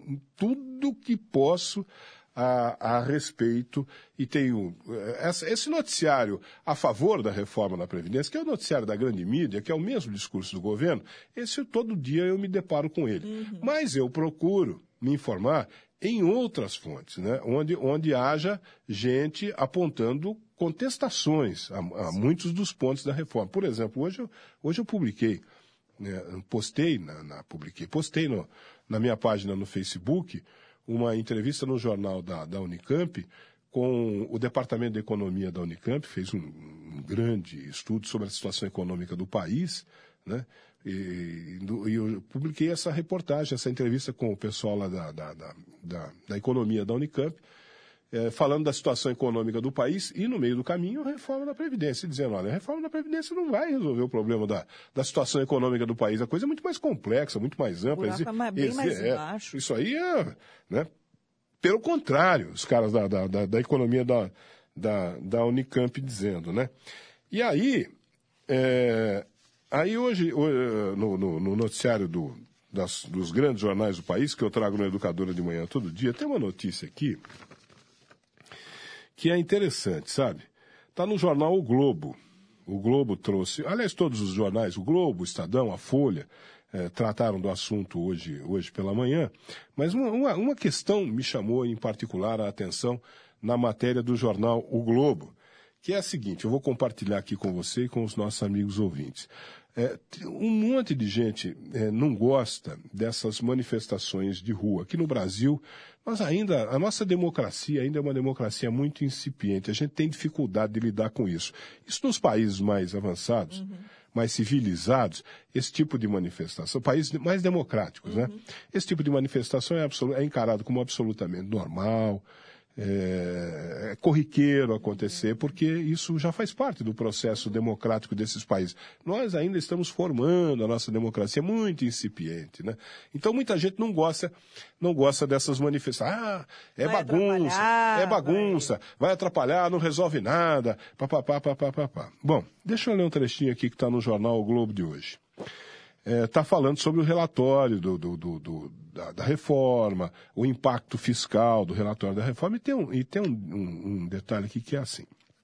tudo que posso A, a respeito, e tenho essa, esse noticiário a favor da reforma da Previdência, que é o noticiário da grande mídia, que é o mesmo discurso do governo, esse todo dia eu me deparo com ele. Uhum. Mas eu procuro me informar em outras fontes, né, onde, onde haja gente apontando contestações a, a muitos dos pontos da reforma. Por exemplo, hoje eu, hoje eu publiquei, né, postei, na, na, publiquei, postei no, na minha página no Facebook, uma entrevista no jornal da, da Unicamp com o Departamento de Economia da Unicamp, fez um, um grande estudo sobre a situação econômica do país, né? E, e eu publiquei essa reportagem, essa entrevista com o pessoal lá da, da, da, da, da Economia da Unicamp, é, falando da situação econômica do país e, no meio do caminho, a reforma da Previdência, dizendo, olha, a reforma da Previdência não vai resolver o problema da, da situação econômica do país, a coisa é muito mais complexa, muito mais ampla. O buraco é bem mais é, baixo. Isso aí é, né? Pelo contrário, os caras da, da, da, da economia da, da, da Unicamp dizendo, né? E aí, é, aí hoje, no, no, no noticiário do, das, dos grandes jornais do país, que eu trago no Educadora de Manhã todo dia, tem uma notícia aqui que é interessante, sabe? Está no jornal O Globo. O Globo trouxe, aliás, todos os jornais, o Globo, o Estadão, a Folha, eh, trataram do assunto hoje, hoje pela manhã, mas uma, uma, uma questão me chamou em particular a atenção na matéria do jornal O Globo, que é a seguinte, eu vou compartilhar aqui com você e com os nossos amigos ouvintes. É, um monte de gente é, não gosta dessas manifestações de rua. Aqui no Brasil, nós ainda, a nossa democracia ainda é uma democracia muito incipiente. A gente tem dificuldade de lidar com isso. Isso nos países mais avançados, uhum. mais civilizados, esse tipo de manifestação, países mais democráticos, uhum. né? Esse tipo de manifestação é, absolu- é encarado como absolutamente normal, É, é corriqueiro acontecer, porque isso já faz parte do processo democrático desses países. Nós ainda estamos formando a nossa democracia, muito incipiente, né? Então muita gente não gosta, não gosta dessas manifestações. Ah, é vai bagunça, é bagunça, vai... vai atrapalhar, não resolve nada, papapá, papapá. Bom, deixa eu ler um trechinho aqui que está no jornal O Globo de hoje. Está é, falando sobre o relatório do, do, do, do, da, da reforma, o impacto fiscal do relatório da reforma, e tem, um, e tem um, um, um detalhe aqui que é assim.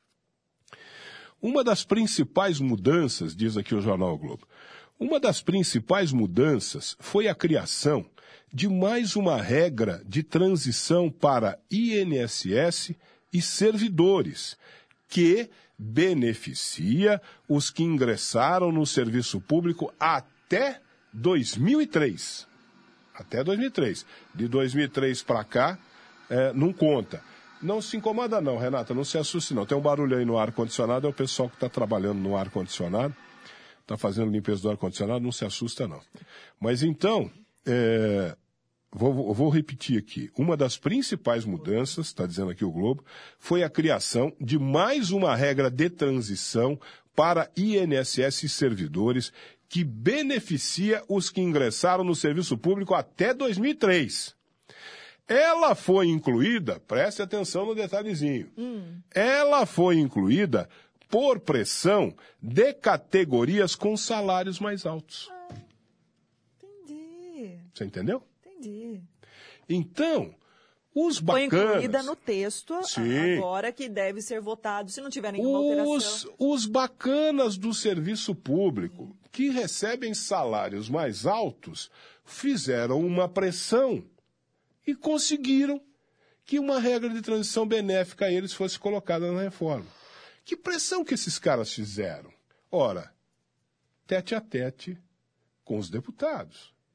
Uma das principais mudanças, diz aqui o jornal o Globo, uma das principais mudanças foi a criação de mais uma regra de transição para I N S S e servidores, que beneficia os que ingressaram no serviço público até Até dois mil e três. Até dois mil e três. De dois mil e três para cá, é, não conta. Não se incomoda não, Renata, não se assuste não. Tem um barulho aí no ar-condicionado, é o pessoal que está trabalhando no ar-condicionado, está fazendo limpeza do ar-condicionado, não se assusta não. Mas então, é, vou, vou repetir aqui. Uma das principais mudanças, está dizendo aqui o Globo, foi a criação de mais uma regra de transição para I N S S e servidores, que beneficia os que ingressaram no serviço público até dois mil e três. Ela foi incluída, preste atenção no detalhezinho, hum. ela foi incluída por pressão de categorias com salários mais altos. Ah, entendi. Você entendeu? Entendi. Então, os bacanas... Foi incluída no texto, sim, agora que deve ser votado, se não tiver nenhuma os, alteração. Os bacanas do serviço público, que recebem salários mais altos, fizeram uma pressão e conseguiram que uma regra de transição benéfica a eles fosse colocada na reforma. Que pressão que esses caras fizeram? Ora, tete a tete com os deputados.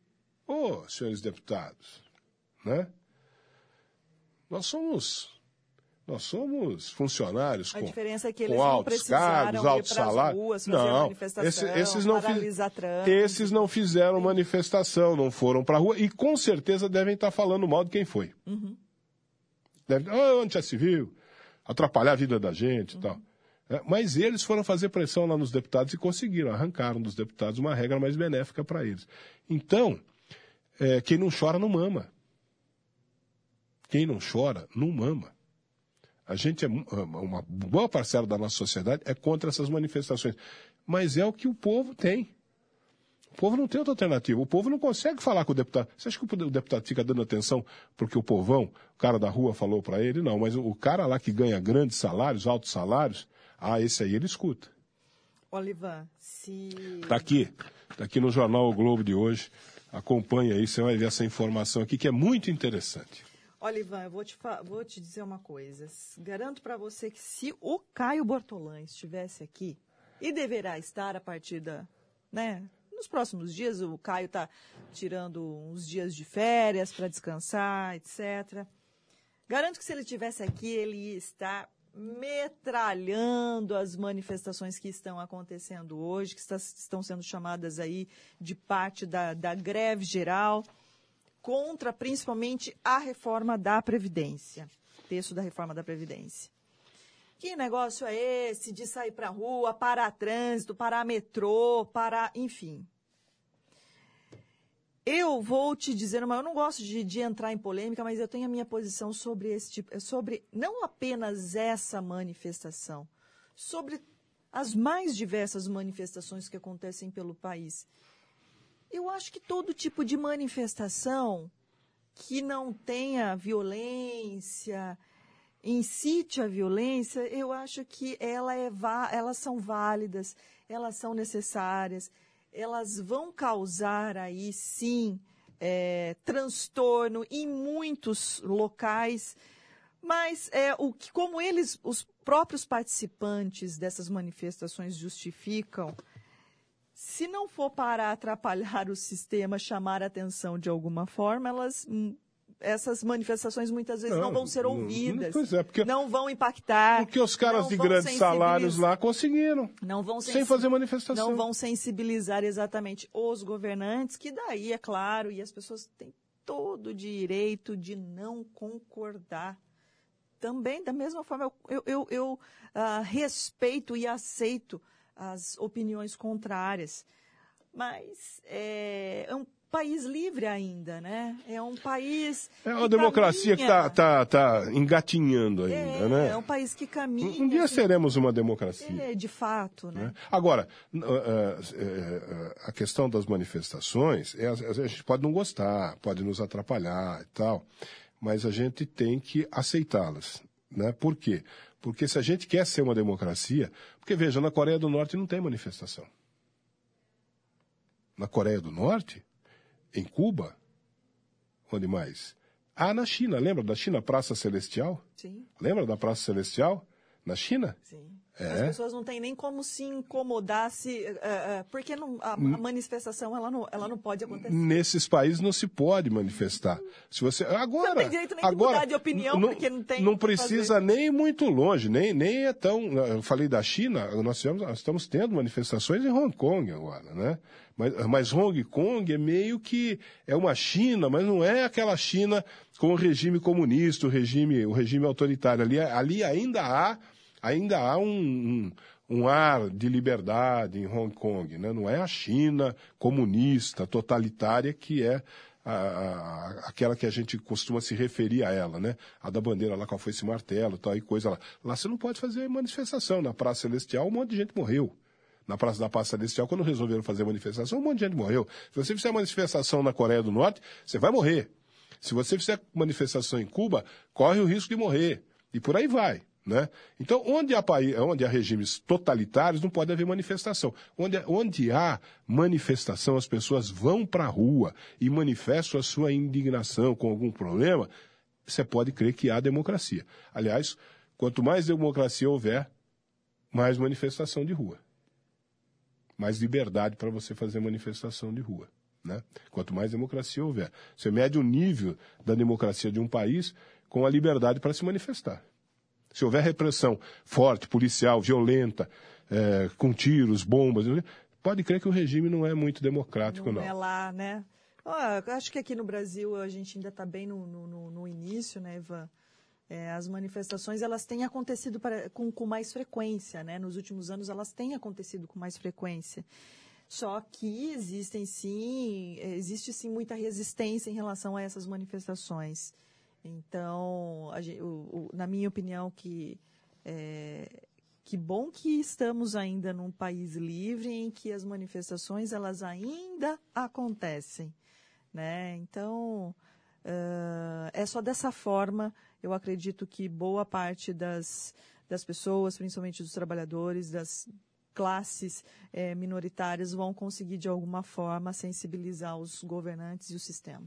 Ô, oh, senhores deputados, né? Nós somos... Nós somos funcionários a com, diferença é que eles com não altos cargos, altos salários. Ruas, não, manifestação, esse, esses, não fiz, trânsito. esses não fizeram Sim. manifestação, não foram para a rua e com certeza devem estar falando mal de quem foi. Uhum. Deve, oh, onde já se viu, atrapalhar a vida da gente e uhum. tal. É, mas eles foram fazer pressão lá nos deputados e conseguiram, arrancaram dos deputados uma regra mais benéfica para eles. Então, é, quem não chora não mama. Quem não chora não mama. A gente, é, uma boa parcela da nossa sociedade é contra essas manifestações. Mas é o que o povo tem. O povo não tem outra alternativa. O povo não consegue falar com o deputado. Você acha que o deputado fica dando atenção porque o povão, o cara da rua falou para ele? Não, mas o cara lá que ganha grandes salários, altos salários, ah, esse aí ele escuta. Olivan, se... Está aqui, está aqui no jornal O Globo de hoje. Acompanha aí, você vai ver essa informação aqui que é muito interessante. Olivan, eu vou te, vou te dizer uma coisa. Garanto para você que se o Caio Bortolã estivesse aqui, e deverá estar a partir da... né, nos próximos dias, o Caio está tirando uns dias de férias para descansar, etcétera. Garanto que se ele estivesse aqui, ele ia estar metralhando as manifestações que estão acontecendo hoje, que está, estão sendo chamadas aí de parte da, da greve geral, contra principalmente a reforma da Previdência, texto da reforma da Previdência. Que negócio é esse de sair para a rua, parar trânsito, parar metrô, parar, enfim. Eu vou te dizer, uma, eu não gosto de, de entrar em polêmica, mas eu tenho a minha posição sobre esse tipo, sobre não apenas essa manifestação, sobre as mais diversas manifestações que acontecem pelo país. Eu acho que todo tipo de manifestação que não tenha violência, incite a violência, eu acho que ela é, elas são válidas, elas são necessárias, elas vão causar aí, sim, é, transtorno em muitos locais, mas é, o que, como eles, os próprios participantes dessas manifestações justificam, se não for para atrapalhar o sistema, chamar a atenção de alguma forma, elas, essas manifestações muitas vezes não, não vão ser ouvidas, não, é, porque, não vão impactar. Porque os caras de grandes salários lá conseguiram, não vão sem fazer manifestação. Não vão sensibilizar exatamente os governantes, que daí, é claro, e as pessoas têm todo o direito de não concordar. Também, da mesma forma, eu, eu, eu uh, respeito e aceito as opiniões contrárias, mas é, é um país livre ainda, né? É um país É uma democracia caminha, que está tá, tá engatinhando ainda, é, né? É um país que caminha... Um dia assim, seremos uma democracia. É, de fato, né? né? Agora, a questão das manifestações, é, a gente pode não gostar, pode nos atrapalhar e tal, mas a gente tem que aceitá-las, né? Por quê? Porque se a gente quer ser uma democracia... Porque, veja, na Coreia do Norte não tem manifestação. Na Coreia do Norte, em Cuba, onde mais? Ah, na China, lembra da China, Praça Celestial? Sim. Lembra da Praça Celestial? Na China? Sim. É. As pessoas não têm nem como se incomodar, se, uh, uh, porque não, a, a manifestação ela não, ela não pode acontecer. Nesses países não se pode manifestar. Se você agora, você não tem direito nem agora, de mudar de opinião, não, porque não tem. Não precisa nem ir muito longe, nem, nem é tão. Eu falei da China, nós, tivemos, nós estamos tendo manifestações em Hong Kong agora, né? Mas, mas Hong Kong é meio que é uma China, mas não é aquela China com o regime comunista, o regime, o regime autoritário. Ali, ali ainda há Ainda há um, um, um ar de liberdade em Hong Kong, né? Não é a China comunista, totalitária, que é a, a, aquela que a gente costuma se referir a ela, né? A da bandeira lá, qual foi esse martelo, tal e coisa lá. Lá você não pode fazer manifestação. Na Praça Celestial, um monte de gente morreu. Na Praça da Praça Celestial, quando resolveram fazer manifestação, um monte de gente morreu. Se você fizer manifestação na Coreia do Norte, você vai morrer. Se você fizer manifestação em Cuba, corre o risco de morrer. E por aí vai. Né? Então, onde há, país, onde há regimes totalitários, não pode haver manifestação. Onde, onde há manifestação, as pessoas vão para a rua e manifestam a sua indignação com algum problema, você pode crer que há democracia. Aliás, quanto mais democracia houver, mais manifestação de rua. Mais liberdade para você fazer manifestação de rua. né? Quanto mais democracia houver. Você mede o nível da democracia de um país com a liberdade para se manifestar. Se houver repressão forte, policial, violenta, é, com tiros, bombas, pode crer que o regime não é muito democrático, não. Não é lá, né? Oh, eu acho que aqui no Brasil a gente ainda está bem no, no, no início, né, Ivan? É, as manifestações, elas têm acontecido para, com, com mais frequência, né? Nos últimos anos, elas têm acontecido com mais frequência. Só que existem, sim, existe, sim, muita resistência em relação a essas manifestações. Então, a, o, o, na minha opinião, que, é, que bom que estamos ainda num país livre em que as manifestações, elas ainda acontecem, né? Então, uh, é só dessa forma, eu acredito que boa parte das, das pessoas, principalmente dos trabalhadores, das classes eh, minoritárias, vão conseguir, de alguma forma, sensibilizar os governantes e o sistema.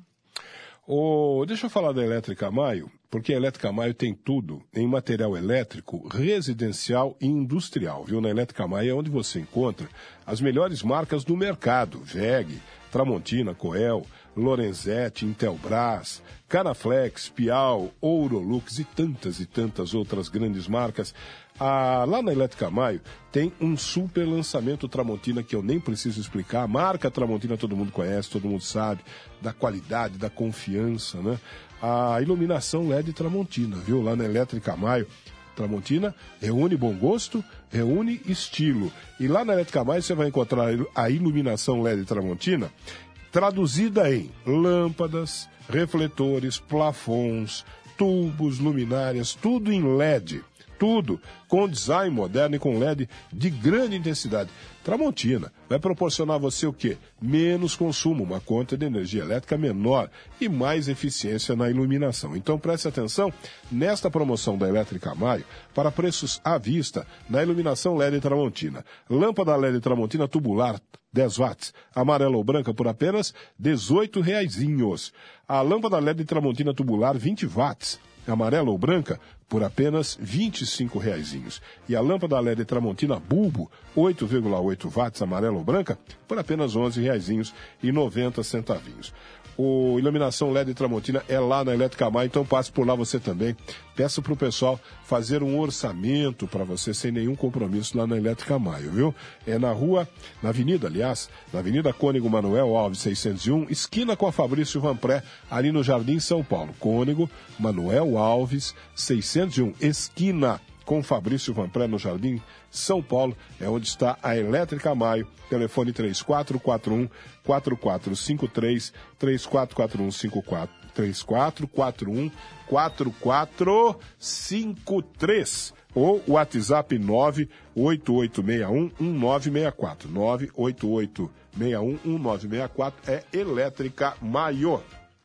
Oh, deixa eu falar da Elétrica Maio, porque a Elétrica Maio tem tudo em material elétrico residencial e industrial, viu? Na Elétrica Maio é onde você encontra as melhores marcas do mercado, V E G, Tramontina, Coel, Lorenzetti, Intelbras, Canaflex, Piau, Ourolux e tantas e tantas outras grandes marcas. Ah, lá na Elétrica Maio tem um super lançamento Tramontina que eu nem preciso explicar. A marca Tramontina todo mundo conhece, todo mundo sabe, da qualidade, da confiança, né? A iluminação L E D Tramontina, viu? Lá na Elétrica Maio, Tramontina reúne bom gosto, reúne estilo. E lá na Elétrica Maio você vai encontrar a iluminação L E D Tramontina traduzida em lâmpadas, refletores, plafons, tubos, luminárias, tudo em L E D. Tudo com design moderno e com L E D de grande intensidade. Tramontina vai proporcionar a você o quê? Menos consumo, uma conta de energia elétrica menor e mais eficiência na iluminação. Então preste atenção nesta promoção da Elétrica Maio para preços à vista na iluminação L E D Tramontina. Lâmpada L E D Tramontina tubular dez watts, amarela ou branca por apenas dezoito reaisinhos. A lâmpada L E D Tramontina tubular vinte watts, amarela ou branca, por apenas vinte e cinco reaisinhos. E a lâmpada L E D Tramontina Bulbo, oito vírgula oito watts, amarela ou branca, por apenas onze reaisinhos e noventa centavinhos. O iluminação L E D Tramontina é lá na Elétrica Maio, então passe por lá você também. Peça para o pessoal fazer um orçamento para você sem nenhum compromisso lá na Elétrica Maio, viu? É na rua, na avenida, aliás, na Avenida Cônego Manuel Alves seiscentos e um, esquina com a Fabrício Vanpré, ali no Jardim São Paulo. Cônego Manuel Alves seiscentos e um, esquina com Fabrício Vanpré no Jardim São Paulo, é onde está a Elétrica Maio. Telefone três quatro quatro um, quatro quatro cinco três, três quatro quatro um, cinco quatro, três quatro quatro um, quatro quatro cinco três ou WhatsApp nove oito oito seis um, um nove seis quatro, nove oito oito seis um, um nove seis quatro, é Elétrica Maio.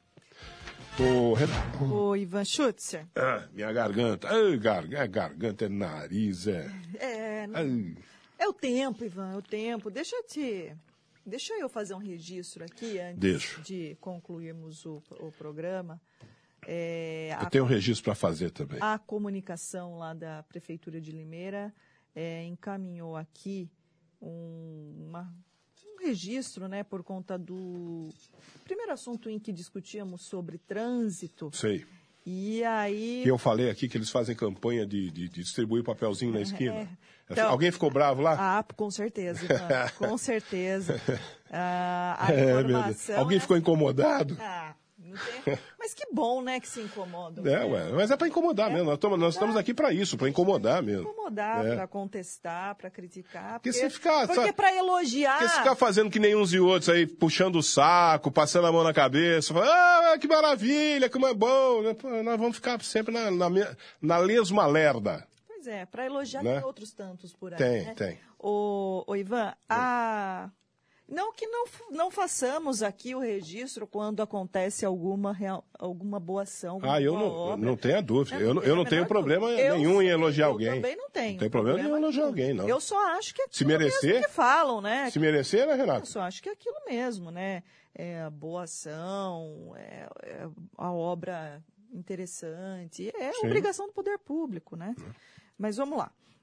Ô, Renato. Ô, Ivan Schutzer. Ah, minha garganta. Ai, garganta, garganta é nariz, é. É, Ai. é o tempo, Ivan, é o tempo. Deixa eu te. Deixa eu fazer um registro aqui antes Deixa. de concluirmos o, o programa. É, eu a, tenho um registro para fazer também. A comunicação lá da Prefeitura de Limeira é, encaminhou aqui um, uma. um registro, né, por conta do primeiro assunto em que discutíamos sobre trânsito. Sei. E aí... E eu falei aqui que eles fazem campanha de, de, de distribuir papelzinho na esquina. É. Então, alguém ficou bravo lá? Ah, com certeza, Ivan, com certeza. Ah, a É, informação... Alguém é... ficou incomodado? Ah, não tem... Mas que bom, né, que se incomodam. É, ué, mas é para incomodar é mesmo. Nós estamos, nós estamos aqui para isso, para incomodar mesmo. Incomodar, é. para contestar, para criticar. Porque, Porque, se ficar, porque para elogiar... Porque se ficar fazendo que nem uns e outros aí, puxando o saco, passando a mão na cabeça, falando, ah, que maravilha, como é bom. Nós vamos ficar sempre na, na, na lesma lerda. Pois é, para elogiar né? Tem outros tantos por aí. Tem, né? tem. Ô, ô Ivan, a... Não que não, não façamos aqui o registro quando acontece alguma, real, alguma boa ação. Alguma ah, eu boa não, obra. não tenho a dúvida. Eu Eu, não, eu não tenho problema eu, nenhum em elogiar eu alguém. Eu também não tenho. Não tem problema nenhum em elogiar alguém, não. Eu só acho que é aquilo se merecer, mesmo que falam, né? Se merecer, né, Renato? Eu só acho que é aquilo mesmo, né? É a boa ação, é, é a obra interessante, é a Sim. obrigação do poder público, né? Hum. Mas vamos lá.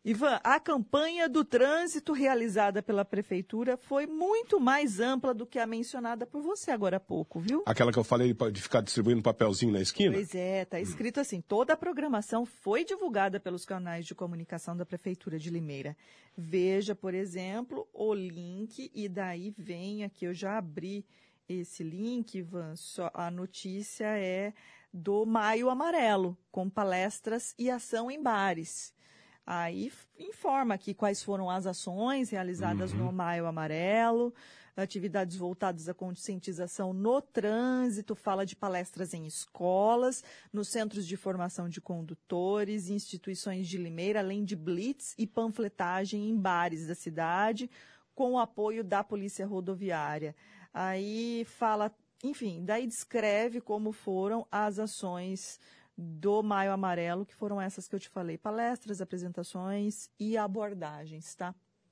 Ivan, a campanha do trânsito realizada pela Prefeitura foi muito mais ampla do que a mencionada por você agora há pouco, viu? Aquela que eu falei de ficar distribuindo papelzinho na esquina? Pois é, está escrito assim, toda a programação foi divulgada pelos canais de comunicação da Prefeitura de Limeira. Veja, por exemplo, o link, e daí vem aqui, eu já abri esse link, Ivan, só, a notícia é do Maio Amarelo, com palestras e ação em bares. Aí informa aqui quais foram as ações realizadas uhum. no Maio Amarelo, atividades voltadas à conscientização no trânsito, fala de palestras em escolas, nos centros de formação de condutores, instituições de Limeira, além de blitz e panfletagem em bares da cidade, com o apoio da Polícia Rodoviária. Aí fala, enfim, daí descreve como foram as ações do Maio Amarelo, que foram essas que eu te falei, palestras, apresentações e abordagens, tá?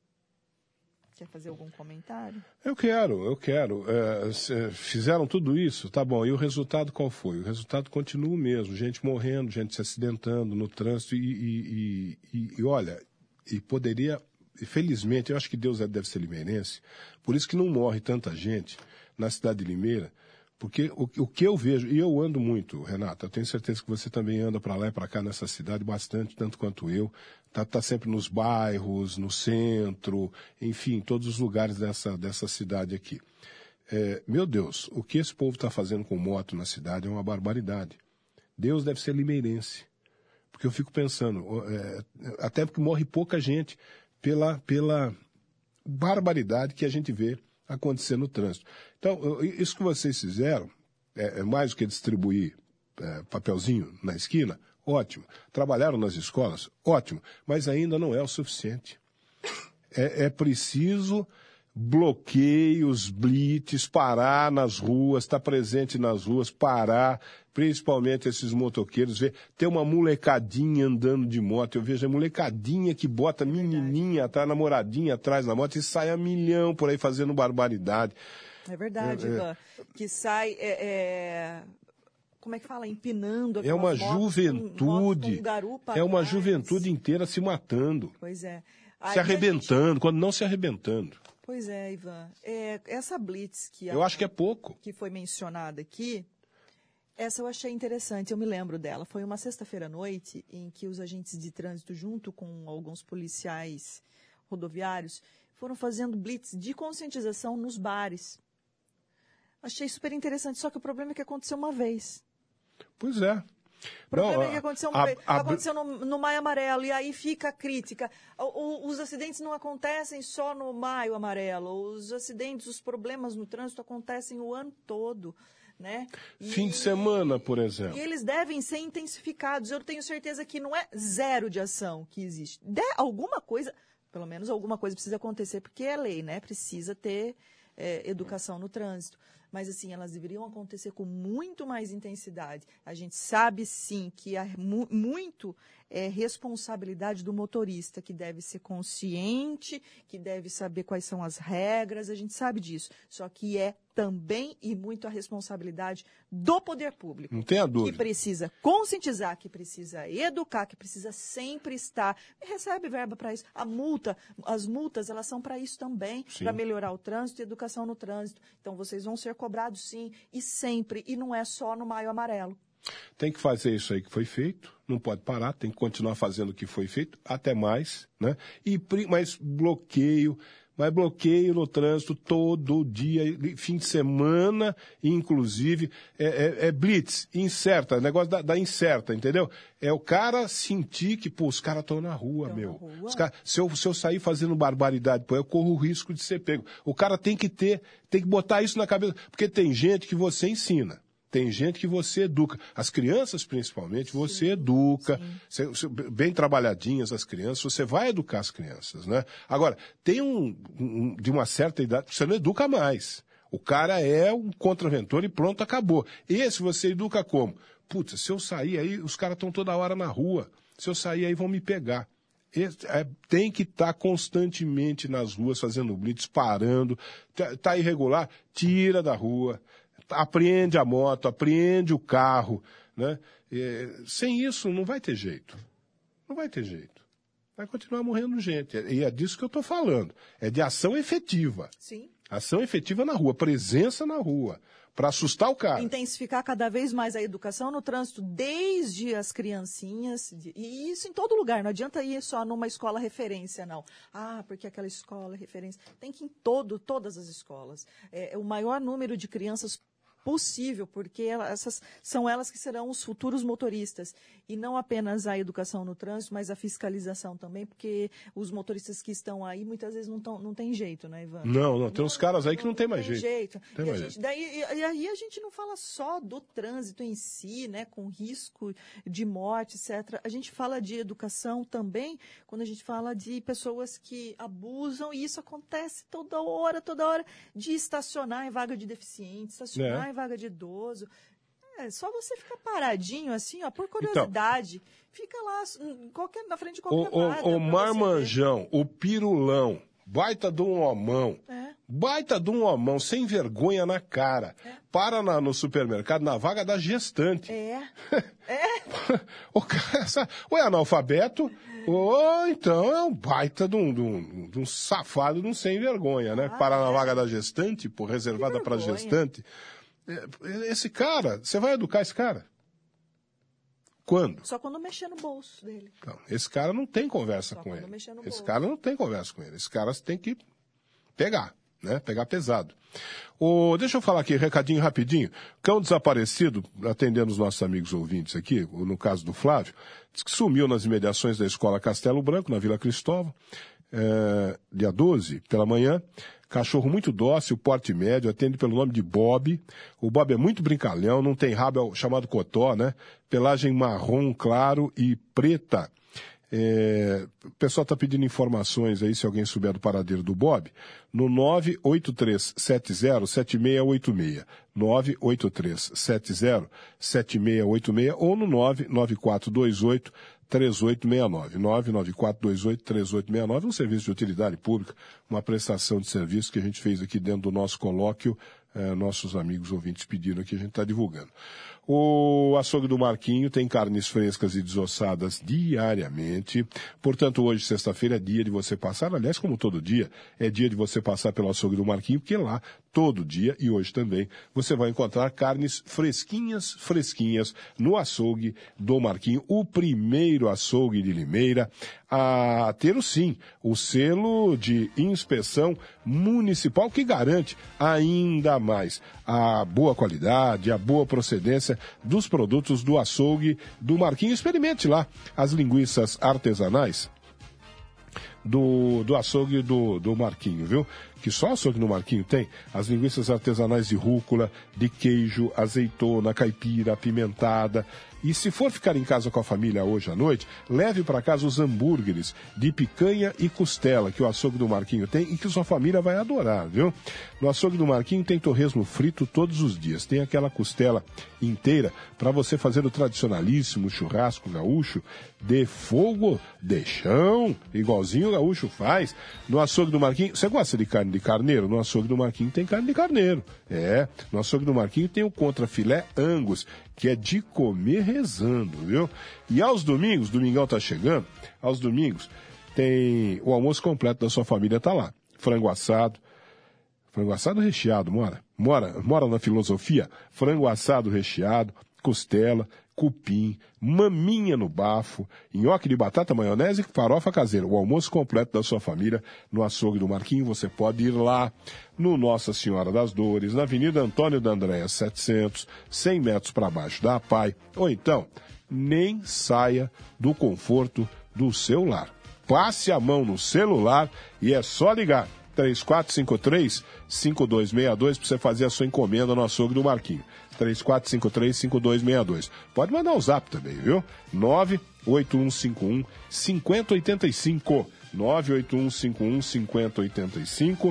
Quer fazer algum comentário? Eu quero, eu quero. É, fizeram tudo isso, tá bom, e o resultado qual foi? O resultado continua o mesmo, gente morrendo, gente se acidentando no trânsito e, e, e, e olha, e poderia, felizmente, eu acho que Deus deve ser limeirense, por isso que não morre tanta gente na cidade de Limeira. Porque o, o que eu vejo, e eu ando muito, Renata, eu tenho certeza que você também anda para lá e para cá nessa cidade bastante, tanto quanto eu, tá, tá sempre nos bairros, no centro, enfim, todos os lugares dessa, dessa cidade aqui. É, meu Deus, o que esse povo está fazendo com moto na cidade é uma barbaridade. Deus deve ser limeirense, porque eu fico pensando, é, até porque morre pouca gente pela, pela barbaridade que a gente vê acontecer no trânsito. Então, isso que vocês fizeram, é, é mais do que distribuir é, papelzinho na esquina, ótimo. Trabalharam nas escolas, ótimo. Mas ainda não é o suficiente. É, é preciso bloqueios, blitz, parar nas ruas, estar presente nas ruas, parar, principalmente esses motoqueiros, ver, ter uma molecadinha andando de moto. Eu vejo a molecadinha que bota menininha atrás, namoradinha atrás na moto e sai a milhão por aí fazendo barbaridade. É verdade, é, Ivan. É... Que sai, é, é... como é que fala? Empinando. É uma juventude, com, com garupa é uma atrás. Juventude inteira se matando. Pois é. Se arrebentando, gente... quando não se arrebentando. Pois é, Ivan. É, essa blitz que... Eu a, acho que é pouco. Que foi mencionada aqui, essa eu achei interessante, eu me lembro dela. Foi uma sexta-feira à noite em que os agentes de trânsito, junto com alguns policiais rodoviários, foram fazendo blitz de conscientização nos bares. Achei super interessante, só que o problema é que aconteceu uma vez. Pois é. O problema Não, é que aconteceu, uma a, vez, a, aconteceu no, no Maio Amarelo, e aí fica a crítica. O, o, os acidentes não acontecem só no Maio Amarelo, os acidentes, os problemas no trânsito acontecem o ano todo. Né? E, fim de semana, por exemplo. E eles devem ser intensificados. Eu tenho certeza que não é zero de ação que existe. De, alguma coisa, pelo menos alguma coisa precisa acontecer, porque é lei, né? Precisa ter é, educação no trânsito. Mas, assim, elas deveriam acontecer com muito mais intensidade. A gente sabe, sim, que é mu muito é responsabilidade do motorista, que deve ser consciente, que deve saber quais são as regras, a gente sabe disso. Só que é também e muito a responsabilidade do poder público. Não tenha dúvida. Que precisa conscientizar, que precisa educar, que precisa sempre estar. E recebe verba para isso. A multa, as multas, elas são para isso também, para melhorar o trânsito e educação no trânsito. Então, vocês vão ser cobrados sim, e sempre, e não é só no Maio Amarelo. Tem que fazer isso aí que foi feito, não pode parar, tem que continuar fazendo o que foi feito, até mais, né? E, mas bloqueio, mas bloqueio no trânsito todo dia, fim de semana, inclusive, é, é, é blitz, incerta, negócio da, da incerta, entendeu? É o cara sentir que, pô, os caras estão na rua, tão meu. Na rua. Os cara, se, eu, se eu sair fazendo barbaridade, pô, eu corro o risco de ser pego. O cara tem que ter, tem que botar isso na cabeça, porque tem gente que você ensina. Tem gente que você educa. As crianças, principalmente, você sim, educa. Você, você, bem trabalhadinhas as crianças, você vai educar as crianças, né? Agora, tem um, um de uma certa idade que você não educa mais. O cara é um contraventor e pronto, acabou. Esse você educa como? Putz, se eu sair aí, os caras estão toda hora na rua. Se eu sair aí, vão me pegar. Esse, é, tem que estar tá constantemente nas ruas, fazendo blitz, parando. Tá, tá irregular, tira da rua. Apreende a moto, apreende o carro, né? É, sem isso não vai ter jeito. Não vai ter jeito. vai continuar morrendo gente. E é disso que eu estou falando. É de ação efetiva. Sim. Ação efetiva na rua, presença na rua, para assustar o cara. Intensificar cada vez mais a educação no trânsito, desde as criancinhas, de, e isso em todo lugar, não adianta ir só numa escola referência, não. Ah, porque aquela escola é referência. Tem que ir em todo, todas as escolas. É, o maior número de crianças possível, porque essas são elas que serão os futuros motoristas. E não apenas a educação no trânsito, mas a fiscalização também, porque os motoristas que estão aí muitas vezes não, tão, não tem jeito, né, Ivan? Não, não, tem uns caras aí que não, não tem mais tem jeito. jeito. Tem e, mais a gente, jeito. daí, e, e aí a gente não fala só do trânsito em si, né, com risco de morte, etcétera. A gente fala de educação também, quando a gente fala de pessoas que abusam, e isso acontece toda hora, toda hora, de estacionar em vaga de deficiente, estacionar É. em vaga de idoso. É só você ficar paradinho assim, ó, por curiosidade. Então, fica lá em qualquer, na frente de qualquer O, vaga. o, o marmanjão, o pirulão, baita de um homão, é. baita de um homão, sem vergonha na cara, é. para na, no supermercado, na vaga da gestante. É, é. O cara, ou é analfabeto, ou então é um baita de um, de um, de um safado, de um sem vergonha, né? Ah, para é. na vaga da gestante, pô, reservada para gestante. Esse cara, você vai educar esse cara? Quando? Só quando mexer no bolso dele. Não, esse cara não tem conversa Só com ele. Esse bolso. cara não tem conversa com ele. Esse cara tem que pegar, né? Pegar pesado. O, deixa eu falar aqui, recadinho rapidinho. Cão desaparecido, atendendo os nossos amigos ouvintes aqui, no caso do Flávio, diz que sumiu nas imediações da Escola Castelo Branco, na Vila Cristóvão, é, dia doze, pela manhã. Cachorro muito dócil, porte médio, atende pelo nome de Bob. O Bob é muito brincalhão, não tem rabo, é o chamado cotó, né? Pelagem marrom claro e preta. É, o pessoal está pedindo informações aí, se alguém souber do paradeiro do Bob, no nove oito três sete zero sete seis oito seis. nove oito três sete zero sete seis oito seis ou no nove nove quatro dois oito três oito seis nove. nove nove quatro dois oito três oito seis nove, um serviço de utilidade pública, uma prestação de serviço que a gente fez aqui dentro do nosso colóquio, eh, nossos amigos ouvintes pediram aqui, a gente está divulgando. O açougue do Marquinho tem carnes frescas e desossadas diariamente. Portanto, hoje, sexta-feira, é dia de você passar, aliás, como todo dia, é dia de você passar pelo açougue do Marquinho, porque lá, todo dia, e hoje também, você vai encontrar carnes fresquinhas, fresquinhas, no açougue do Marquinho, o primeiro açougue de Limeira a ter, sim, o selo de inspeção municipal que garante ainda mais a boa qualidade, a boa procedência dos produtos do açougue do Marquinho. Experimente lá as linguiças artesanais do, do açougue do, do Marquinho, viu? Que só o açougue do Marquinho tem. As linguiças artesanais de rúcula, de queijo, azeitona, caipira, apimentada. E se for ficar em casa com a família hoje à noite, leve para casa os hambúrgueres de picanha e costela que o açougue do Marquinho tem e que sua família vai adorar, viu? No açougue do Marquinho tem torresmo frito todos os dias. Tem aquela costela inteira para você fazer o tradicionalíssimo churrasco gaúcho de fogo de chão, igualzinho o gaúcho faz. No açougue do Marquinho, você gosta de carne de carneiro? No açougue do Marquinho tem carne de carneiro. É, no açougue do Marquinho tem o contrafilé Angus, que é de comer rezando, viu? E aos domingos, domingão tá chegando, aos domingos tem o almoço completo da sua família, tá lá. Frango assado, frango assado recheado, mora? Mora, mora na filosofia? Frango assado recheado, costela, cupim, maminha no bafo, nhoque de batata, maionese e farofa caseira. O almoço completo da sua família no açougue do Marquinho. Você pode ir lá no Nossa Senhora das Dores, na Avenida Antônio da Andréa setecentos, cem metros para baixo da APAI. Ou então, nem saia do conforto do seu lar. Passe a mão no celular e é só ligar. três quatro cinco três, cinco dois seis dois para você fazer a sua encomenda no açougue do Marquinho. três quatro cinco três, cinco dois seis dois. Pode mandar o zap também, viu? nove oito um cinco um, cinco zero oito cinco. nove oito um cinco um, cinco zero oito cinco.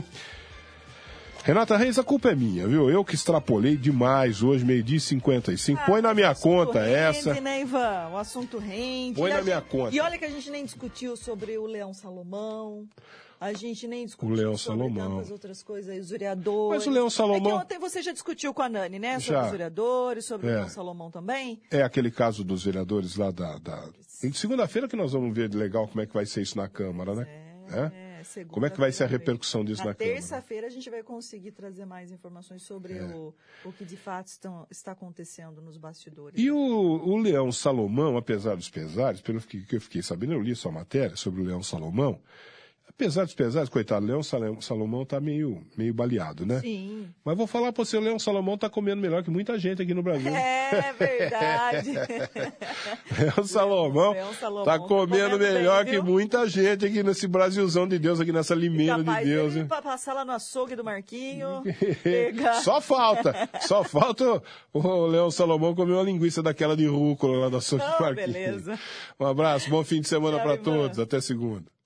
Renata Reis, a culpa é minha, viu? Eu que extrapolei demais hoje, meio-dia e cinquenta e cinco. Ah, põe na minha conta rende, essa. Né, Ivan? O assunto rende. Põe na gente, minha conta. E olha que a gente nem discutiu sobre o Leão Salomão. A gente nem discutiu O Leão sobre Salomão. tantas outras coisas aí, os vereadores. Mas o Leão Salomão... É que ontem você já discutiu com a Nani, né? Sobre Já. os vereadores, sobre É. o Leão Salomão também. É aquele caso dos vereadores lá da... da... Em segunda-feira que nós vamos ver legal como é que vai ser isso na Câmara, né? É, é, segunda Como é que vai ser a também. repercussão disso na, na Câmara? terça-feira a gente vai conseguir trazer mais informações sobre É. o, o que de fato estão, está acontecendo nos bastidores. E o, o Leão Salomão, apesar dos pesares, pelo que, que eu fiquei sabendo, eu li sua matéria sobre o Leão Salomão, apesar dos pesares, coitado, o Leão Salomão está meio, meio baleado, né? Sim. Mas vou falar para você, o Leão Salomão está comendo melhor que muita gente aqui no Brasil. É verdade. Leão Salomão Leão Salomão está tá comendo comendo melhor bem, que viu? muita gente aqui nesse Brasilzão de Deus, aqui nessa limeira de Capaz Deus. dele hein? pa- passar lá no açougue do Marquinho, pegar... Só falta, só falta o, o Leão Salomão comer uma linguiça daquela de rúcula lá da açougue do Ah, Marquinhos. beleza. Um abraço, bom fim de semana Tchau, para irmã. todos, até segunda.